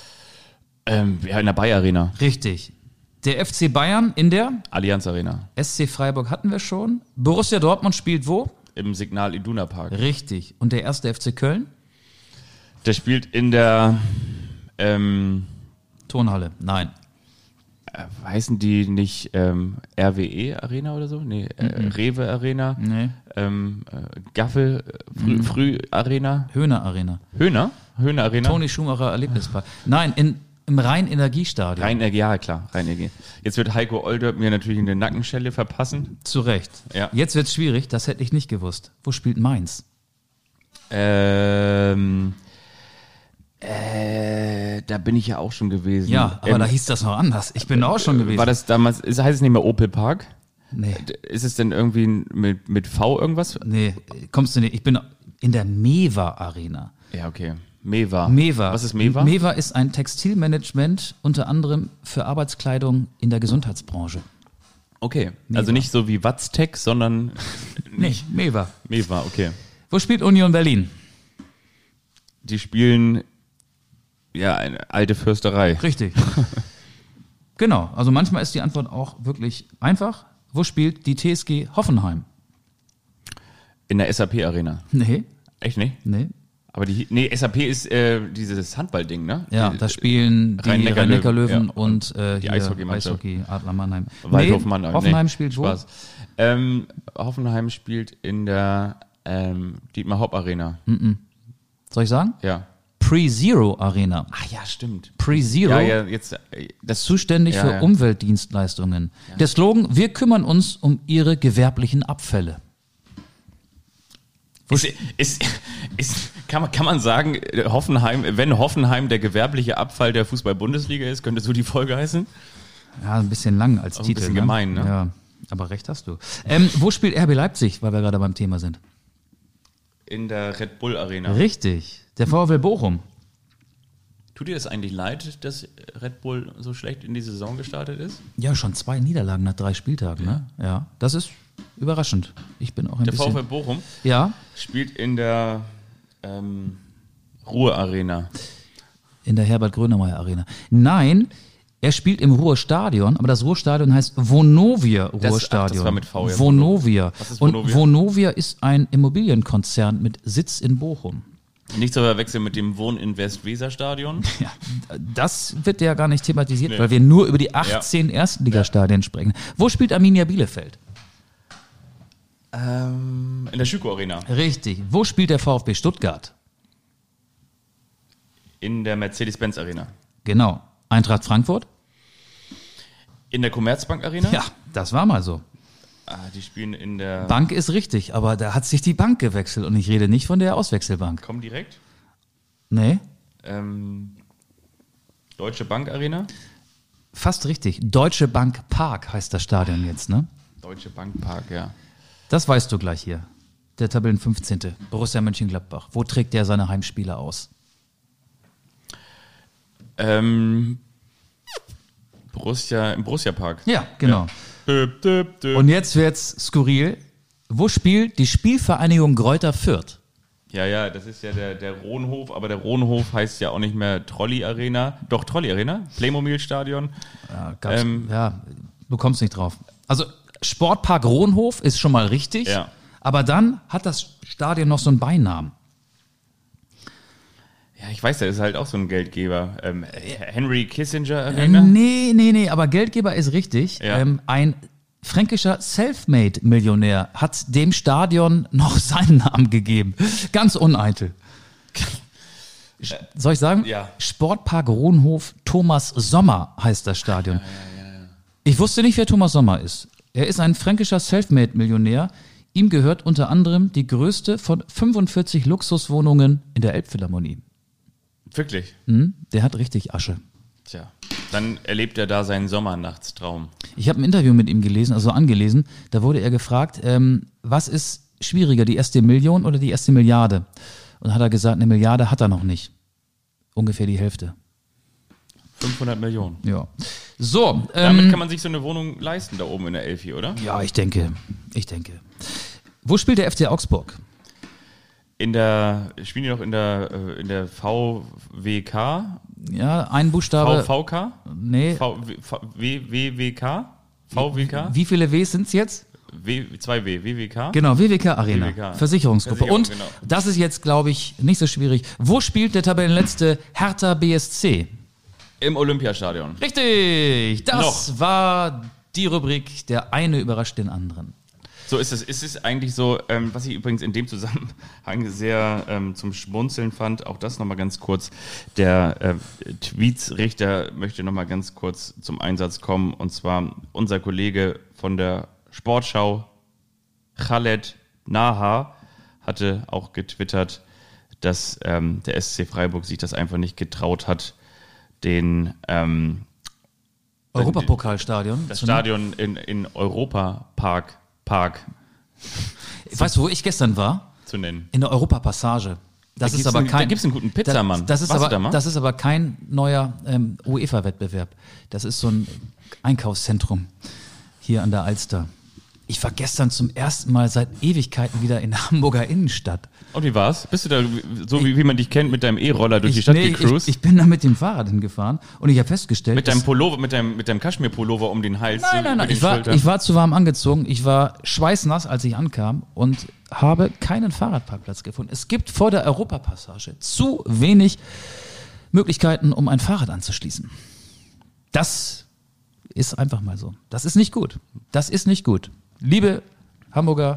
In der Bayer Arena, Richtig. Der FC Bayern in der? Allianz Arena, SC Freiburg hatten wir schon. Borussia Dortmund spielt wo? im Signal Iduna Park. Richtig. Und der erste FC Köln? Der spielt in der, Turnhalle. Nein. heißen die nicht RWE Arena oder so? Nee, Rewe Arena, Nee. Gaffel, Früh Arena, Höhner Arena. Höhner Arena. Toni Schumacher Erlebnispark. Nein, im Rhein-Energiestadion. Ja, klar, Rhein-Energie. Jetzt wird Heiko Olderb mir natürlich eine Nackenschelle verpassen. Zu Recht. Ja. Jetzt wird's schwierig, das hätte ich nicht gewusst. Wo spielt Mainz? Da bin ich ja auch schon gewesen. Ja, aber da hieß das noch anders. Ich bin auch schon gewesen. War das damals, heißt es nicht mehr Opel Park? Nee, Ist es denn irgendwie mit V irgendwas? nee, kommst du nicht. Ich bin in der Mewa Arena. Ja, okay. Mewa. Was ist Mewa? Mewa ist ein Textilmanagement, unter anderem für Arbeitskleidung in der Gesundheitsbranche. Okay. Mewa. Also nicht so wie Watztec, sondern Nee, Mewa. Mewa, okay. Wo spielt Union Berlin? Die spielen ja eine alte Fürsterei. Richtig. Genau, also manchmal ist die Antwort auch wirklich einfach. Wo spielt die TSG Hoffenheim? In der SAP Arena. Nee, Echt nicht? nee. Aber SAP ist dieses Handballding, ne? Ja, da spielen die Rhein-Neckar-Löwen, Rhein-Neckar-Löwen ja. und die hier Eishockeymannschaft. Eishockey, Adler Mannheim. Waldhof Mannheim. Hoffenheim spielt wo? Spaß. Hoffenheim spielt in der Dietmar Hopp Arena. Soll ich sagen? Ja. Pre-Zero Arena. Ach ja, stimmt. Pre-Zero, Ja, jetzt das zuständig für ja. Umweltdienstleistungen. Der Slogan, wir kümmern uns um Ihre gewerblichen Abfälle. Kann man sagen, Hoffenheim, wenn Hoffenheim der gewerbliche Abfall der Fußball-Bundesliga ist, könnte so die Folge heißen? Ja, ein bisschen lang als Auch ein Titel. bisschen gemein, ne? Ja, aber recht hast du. Wo spielt RB Leipzig, weil wir gerade beim Thema sind? In der Red Bull Arena. Richtig. Der VfL Bochum. Tut dir das eigentlich leid, dass Red Bull so schlecht in die Saison gestartet ist? Ja, schon 2 Niederlagen nach 3 Spieltagen, ne? Ja, das ist überraschend. Ich bin auch ein Der bisschen... VfL Bochum Ja, spielt in der Ruhr Arena. in der Herbert-Grönemeyer Arena. Nein, er spielt im Ruhrstadion, aber das Ruhrstadion heißt Vonovia Ruhrstadion. das war mit V, ja. Vonovia. Was ist Und Vonovia? Vonovia ist ein Immobilienkonzern mit Sitz in Bochum. Nicht zu verwechseln mit dem Wohninvest-Weser-Stadion. Ja, das wird ja gar nicht thematisiert, Nee. weil wir nur über die 18 Erstligastadien sprechen. Wo spielt Arminia Bielefeld? In der Schüko Arena. Richtig. Wo spielt der VfB Stuttgart? In der Mercedes-Benz Arena. Genau. Eintracht Frankfurt? In der Commerzbank Arena? Ja, das war mal so. Die spielen in der... Bank ist richtig, aber da hat sich die Bank gewechselt und ich rede nicht von der Auswechselbank. Komm direkt. Nee? Deutsche Bank Arena? Fast richtig. Deutsche Bank Park heißt das Stadion jetzt, ne? Deutsche Bank Park, ja. Das weißt du gleich hier. Der Tabellen 15. Borussia Mönchengladbach. Wo trägt der seine Heimspiele aus? Im Borussia Park. Ja, genau. Ja. Und jetzt wird's skurril. Wo spielt die Spielvereinigung Greuther Fürth? Ja, das ist ja der Rohnhof, aber der Rohnhof heißt ja auch nicht mehr Trolley Arena. Doch, Trolley Arena, Playmobil Stadion. Ja, du kommst nicht drauf. Also Sportpark Rohnhof ist schon mal richtig, Ja. aber dann hat das Stadion noch so einen Beinamen. Ja, ich weiß, der ist halt auch so ein Geldgeber. Henry Kissinger Arena? Nee, aber Geldgeber ist richtig. Ja. Ein fränkischer Selfmade-Millionär hat dem Stadion noch seinen Namen gegeben. Ganz uneitel. Soll ich sagen? Ja. Sportpark Rohnhof Thomas Sommer heißt das Stadion. Ja. Ich wusste nicht, wer Thomas Sommer ist. Er ist ein fränkischer Selfmade-Millionär. Ihm gehört unter anderem die größte von 45 Luxuswohnungen in der Elbphilharmonie. Wirklich? Der hat richtig Asche. Tja, dann erlebt er da seinen Sommernachtstraum. Ich habe ein Interview mit ihm gelesen, also angelesen. Da wurde er gefragt, was ist schwieriger, die erste Million oder die erste Milliarde? Und dann hat er gesagt, 1 Milliarde hat er noch nicht. Ungefähr die Hälfte. 500 Millionen. Ja. So. Damit kann man sich so eine Wohnung leisten da oben in der Elfi, oder? Ja, ich denke. Wo spielt der FC Augsburg? Spielen die noch in der VWK? Ja, ein Buchstabe. VVK? Nee. WWK? VWK? Wie viele Ws sind es jetzt? 2W, WWK? Genau, WWK Arena. WWK. Versicherungsgruppe. Versicherung, Und genau. das ist jetzt, glaube ich, nicht so schwierig. Wo spielt der Tabellenletzte Hertha BSC? Im Olympiastadion. Richtig, das war die Rubrik, der eine überrascht den anderen. So ist es. Ist es eigentlich so, was ich übrigens in dem Zusammenhang sehr zum Schmunzeln fand, auch das nochmal ganz kurz, der Tweetsrichter möchte nochmal ganz kurz zum Einsatz kommen, und zwar unser Kollege von der Sportschau, Khaled Naha, hatte auch getwittert, dass der SC Freiburg sich das einfach nicht getraut hat, den Europapokalstadion. das Stadion in Europa Park Weißt du, wo ich gestern war? zu nennen. In der Europapassage. Da gibt es einen guten Pizzamann. Das ist aber kein neuer UEFA-Wettbewerb. Das ist so ein Einkaufszentrum hier an der Alster. Ich war gestern zum ersten Mal seit Ewigkeiten wieder in der Hamburger Innenstadt. Und wie war's? Bist du da so, wie man dich kennt, mit deinem E-Roller durch die Stadt gecruised? Ich bin da mit dem Fahrrad hingefahren und ich habe festgestellt... Mit deinem Pullover, mit deinem Kaschmir-Pullover um den Hals? Nein. Ich war zu warm angezogen. Ich war schweißnass, als ich ankam und habe keinen Fahrradparkplatz gefunden. Es gibt vor der Europapassage zu wenig Möglichkeiten, um ein Fahrrad anzuschließen. Das ist einfach mal so. Das ist nicht gut. Lieber Hamburger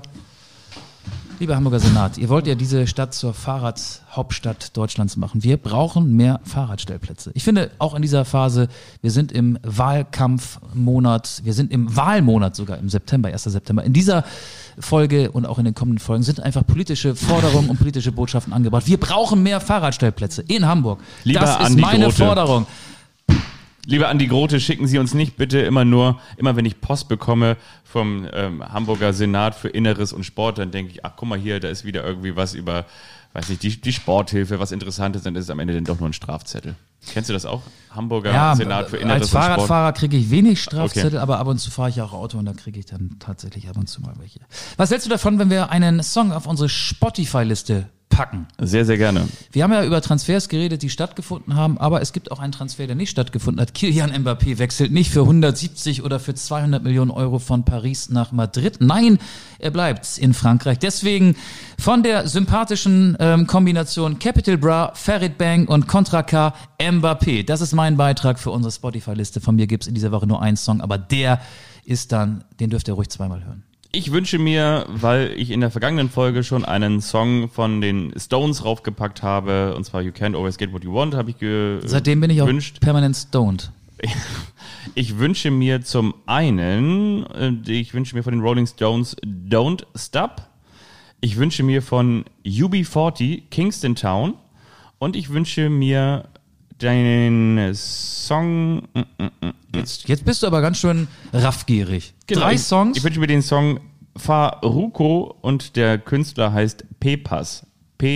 Senat, ihr wollt ja diese Stadt zur Fahrradhauptstadt Deutschlands machen. Wir brauchen mehr Fahrradstellplätze. Ich finde, auch in dieser Phase, wir sind im Wahlkampfmonat, wir sind im Wahlmonat sogar im September, 1. September. In dieser Folge und auch in den kommenden Folgen sind einfach politische Forderungen und politische Botschaften angebracht. Wir brauchen mehr Fahrradstellplätze in Hamburg. Das ist meine Forderung. Lieber Andi Grote, schicken Sie uns nicht bitte immer wenn ich Post bekomme vom Hamburger Senat für Inneres und Sport, dann denke ich, ach guck mal hier, da ist wieder irgendwie was über, weiß nicht, die Sporthilfe, was Interessantes, dann ist es am Ende dann doch nur ein Strafzettel. Kennst du das auch? Hamburger Senat für Inneres und Sport? Als Fahrradfahrer kriege ich wenig Strafzettel, aber ab und zu fahre ich auch Auto und da kriege ich dann tatsächlich ab und zu mal welche. Was hältst du davon, wenn wir einen Song auf unsere Spotify-Liste packen? Sehr, sehr gerne. Wir haben ja über Transfers geredet, die stattgefunden haben, aber es gibt auch einen Transfer, der nicht stattgefunden hat. Kylian Mbappé wechselt nicht für 170 oder für 200 Millionen Euro von Paris nach Madrid. Nein, er bleibt in Frankreich. Deswegen von der sympathischen Kombination Capital Bra, Farid Bang und Contra K, Mbappé. Das ist mein Beitrag für unsere Spotify-Liste. Von mir gibt es in dieser Woche nur einen Song, aber den dürft ihr ruhig zweimal hören. Ich wünsche mir, weil ich in der vergangenen Folge schon einen Song von den Stones raufgepackt habe, und zwar You Can't Always Get What You Want, habe ich gewünscht. Seitdem bin ich auch permanent stoned. Ich wünsche mir zum einen, von den Rolling Stones Don't Stop. Ich wünsche mir von UB40 Kingston Town. Und ich wünsche mir den Song. Jetzt bist du aber ganz schön raffgierig. Genau, 3 Songs. Ich wünsche mir den Song Faruko und der Künstler heißt Pepas.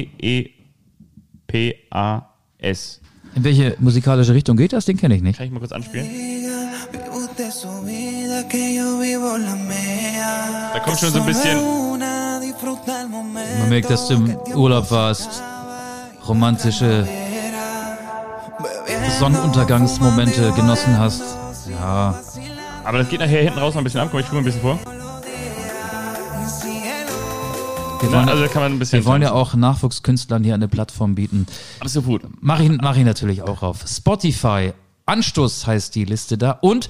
P-E-P-A-S. In welche musikalische Richtung geht das? Den kenne ich nicht. Kann ich mal kurz anspielen? Da kommt schon so ein bisschen. Man merkt, dass du im Urlaub warst. Romantische Sonnenuntergangsmomente genossen hast. Ja. Aber das geht nachher hinten raus noch ein bisschen ab. Komm, ich spule ein bisschen vor. Wir wollen, also da kann man ein bisschen. wir wollen ja auch Nachwuchskünstlern hier eine Plattform bieten. Absolut. Mach ich natürlich auch auf Spotify. Anstoß heißt die Liste da. Und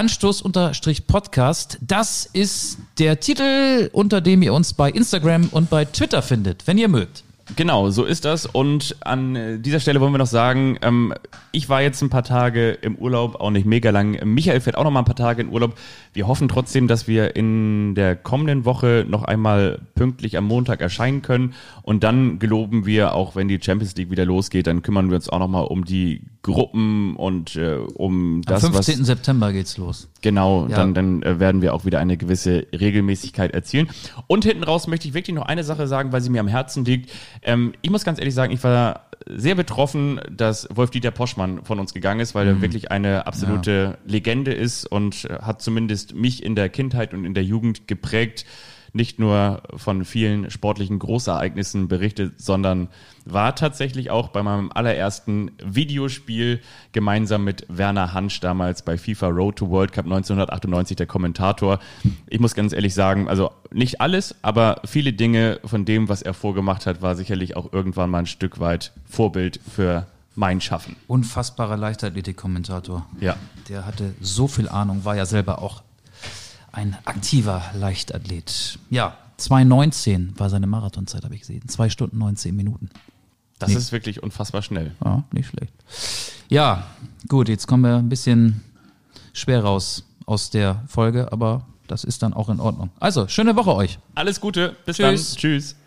Anstoß-Podcast, das ist der Titel, unter dem ihr uns bei Instagram und bei Twitter findet, wenn ihr mögt. Genau, so ist das. Und an dieser Stelle wollen wir noch sagen, ich war jetzt ein paar Tage im Urlaub, auch nicht mega lang. Michael fährt auch noch mal ein paar Tage in Urlaub. Wir hoffen trotzdem, dass wir in der kommenden Woche noch einmal pünktlich am Montag erscheinen können. Und dann geloben wir, auch wenn die Champions League wieder losgeht, dann kümmern wir uns auch noch mal um die Gruppen und um das, Am 15. September geht's los. Genau, Ja. dann werden wir auch wieder eine gewisse Regelmäßigkeit erzielen. Und hinten raus möchte ich wirklich noch eine Sache sagen, weil sie mir am Herzen liegt. Ich muss ganz ehrlich sagen, ich war sehr betroffen, dass Wolf-Dieter Poschmann von uns gegangen ist, weil er wirklich eine absolute Legende ist und hat zumindest mich in der Kindheit und in der Jugend geprägt. Nicht nur von vielen sportlichen Großereignissen berichtet, sondern war tatsächlich auch bei meinem allerersten Videospiel gemeinsam mit Werner Hansch damals bei FIFA Road to World Cup 1998 der Kommentator. Ich muss ganz ehrlich sagen, also nicht alles, aber viele Dinge von dem, was er vorgemacht hat, war sicherlich auch irgendwann mal ein Stück weit Vorbild für mein Schaffen. Unfassbarer Leichtathletik-Kommentator. Ja. Der hatte so viel Ahnung, war ja selber auch ein aktiver Leichtathlet. Ja, 2:19 war seine Marathonzeit, habe ich gesehen. 2 Stunden 19 Minuten. Das ist wirklich unfassbar schnell. Ja, nicht schlecht. Ja, gut, jetzt kommen wir ein bisschen schwer raus aus der Folge, aber das ist dann auch in Ordnung. Also, schöne Woche euch. Alles Gute, bis Tschüss. dann. Tschüss.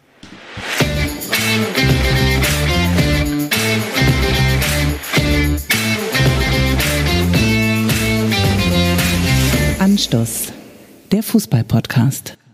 Anstoß, der Fußball-Podcast.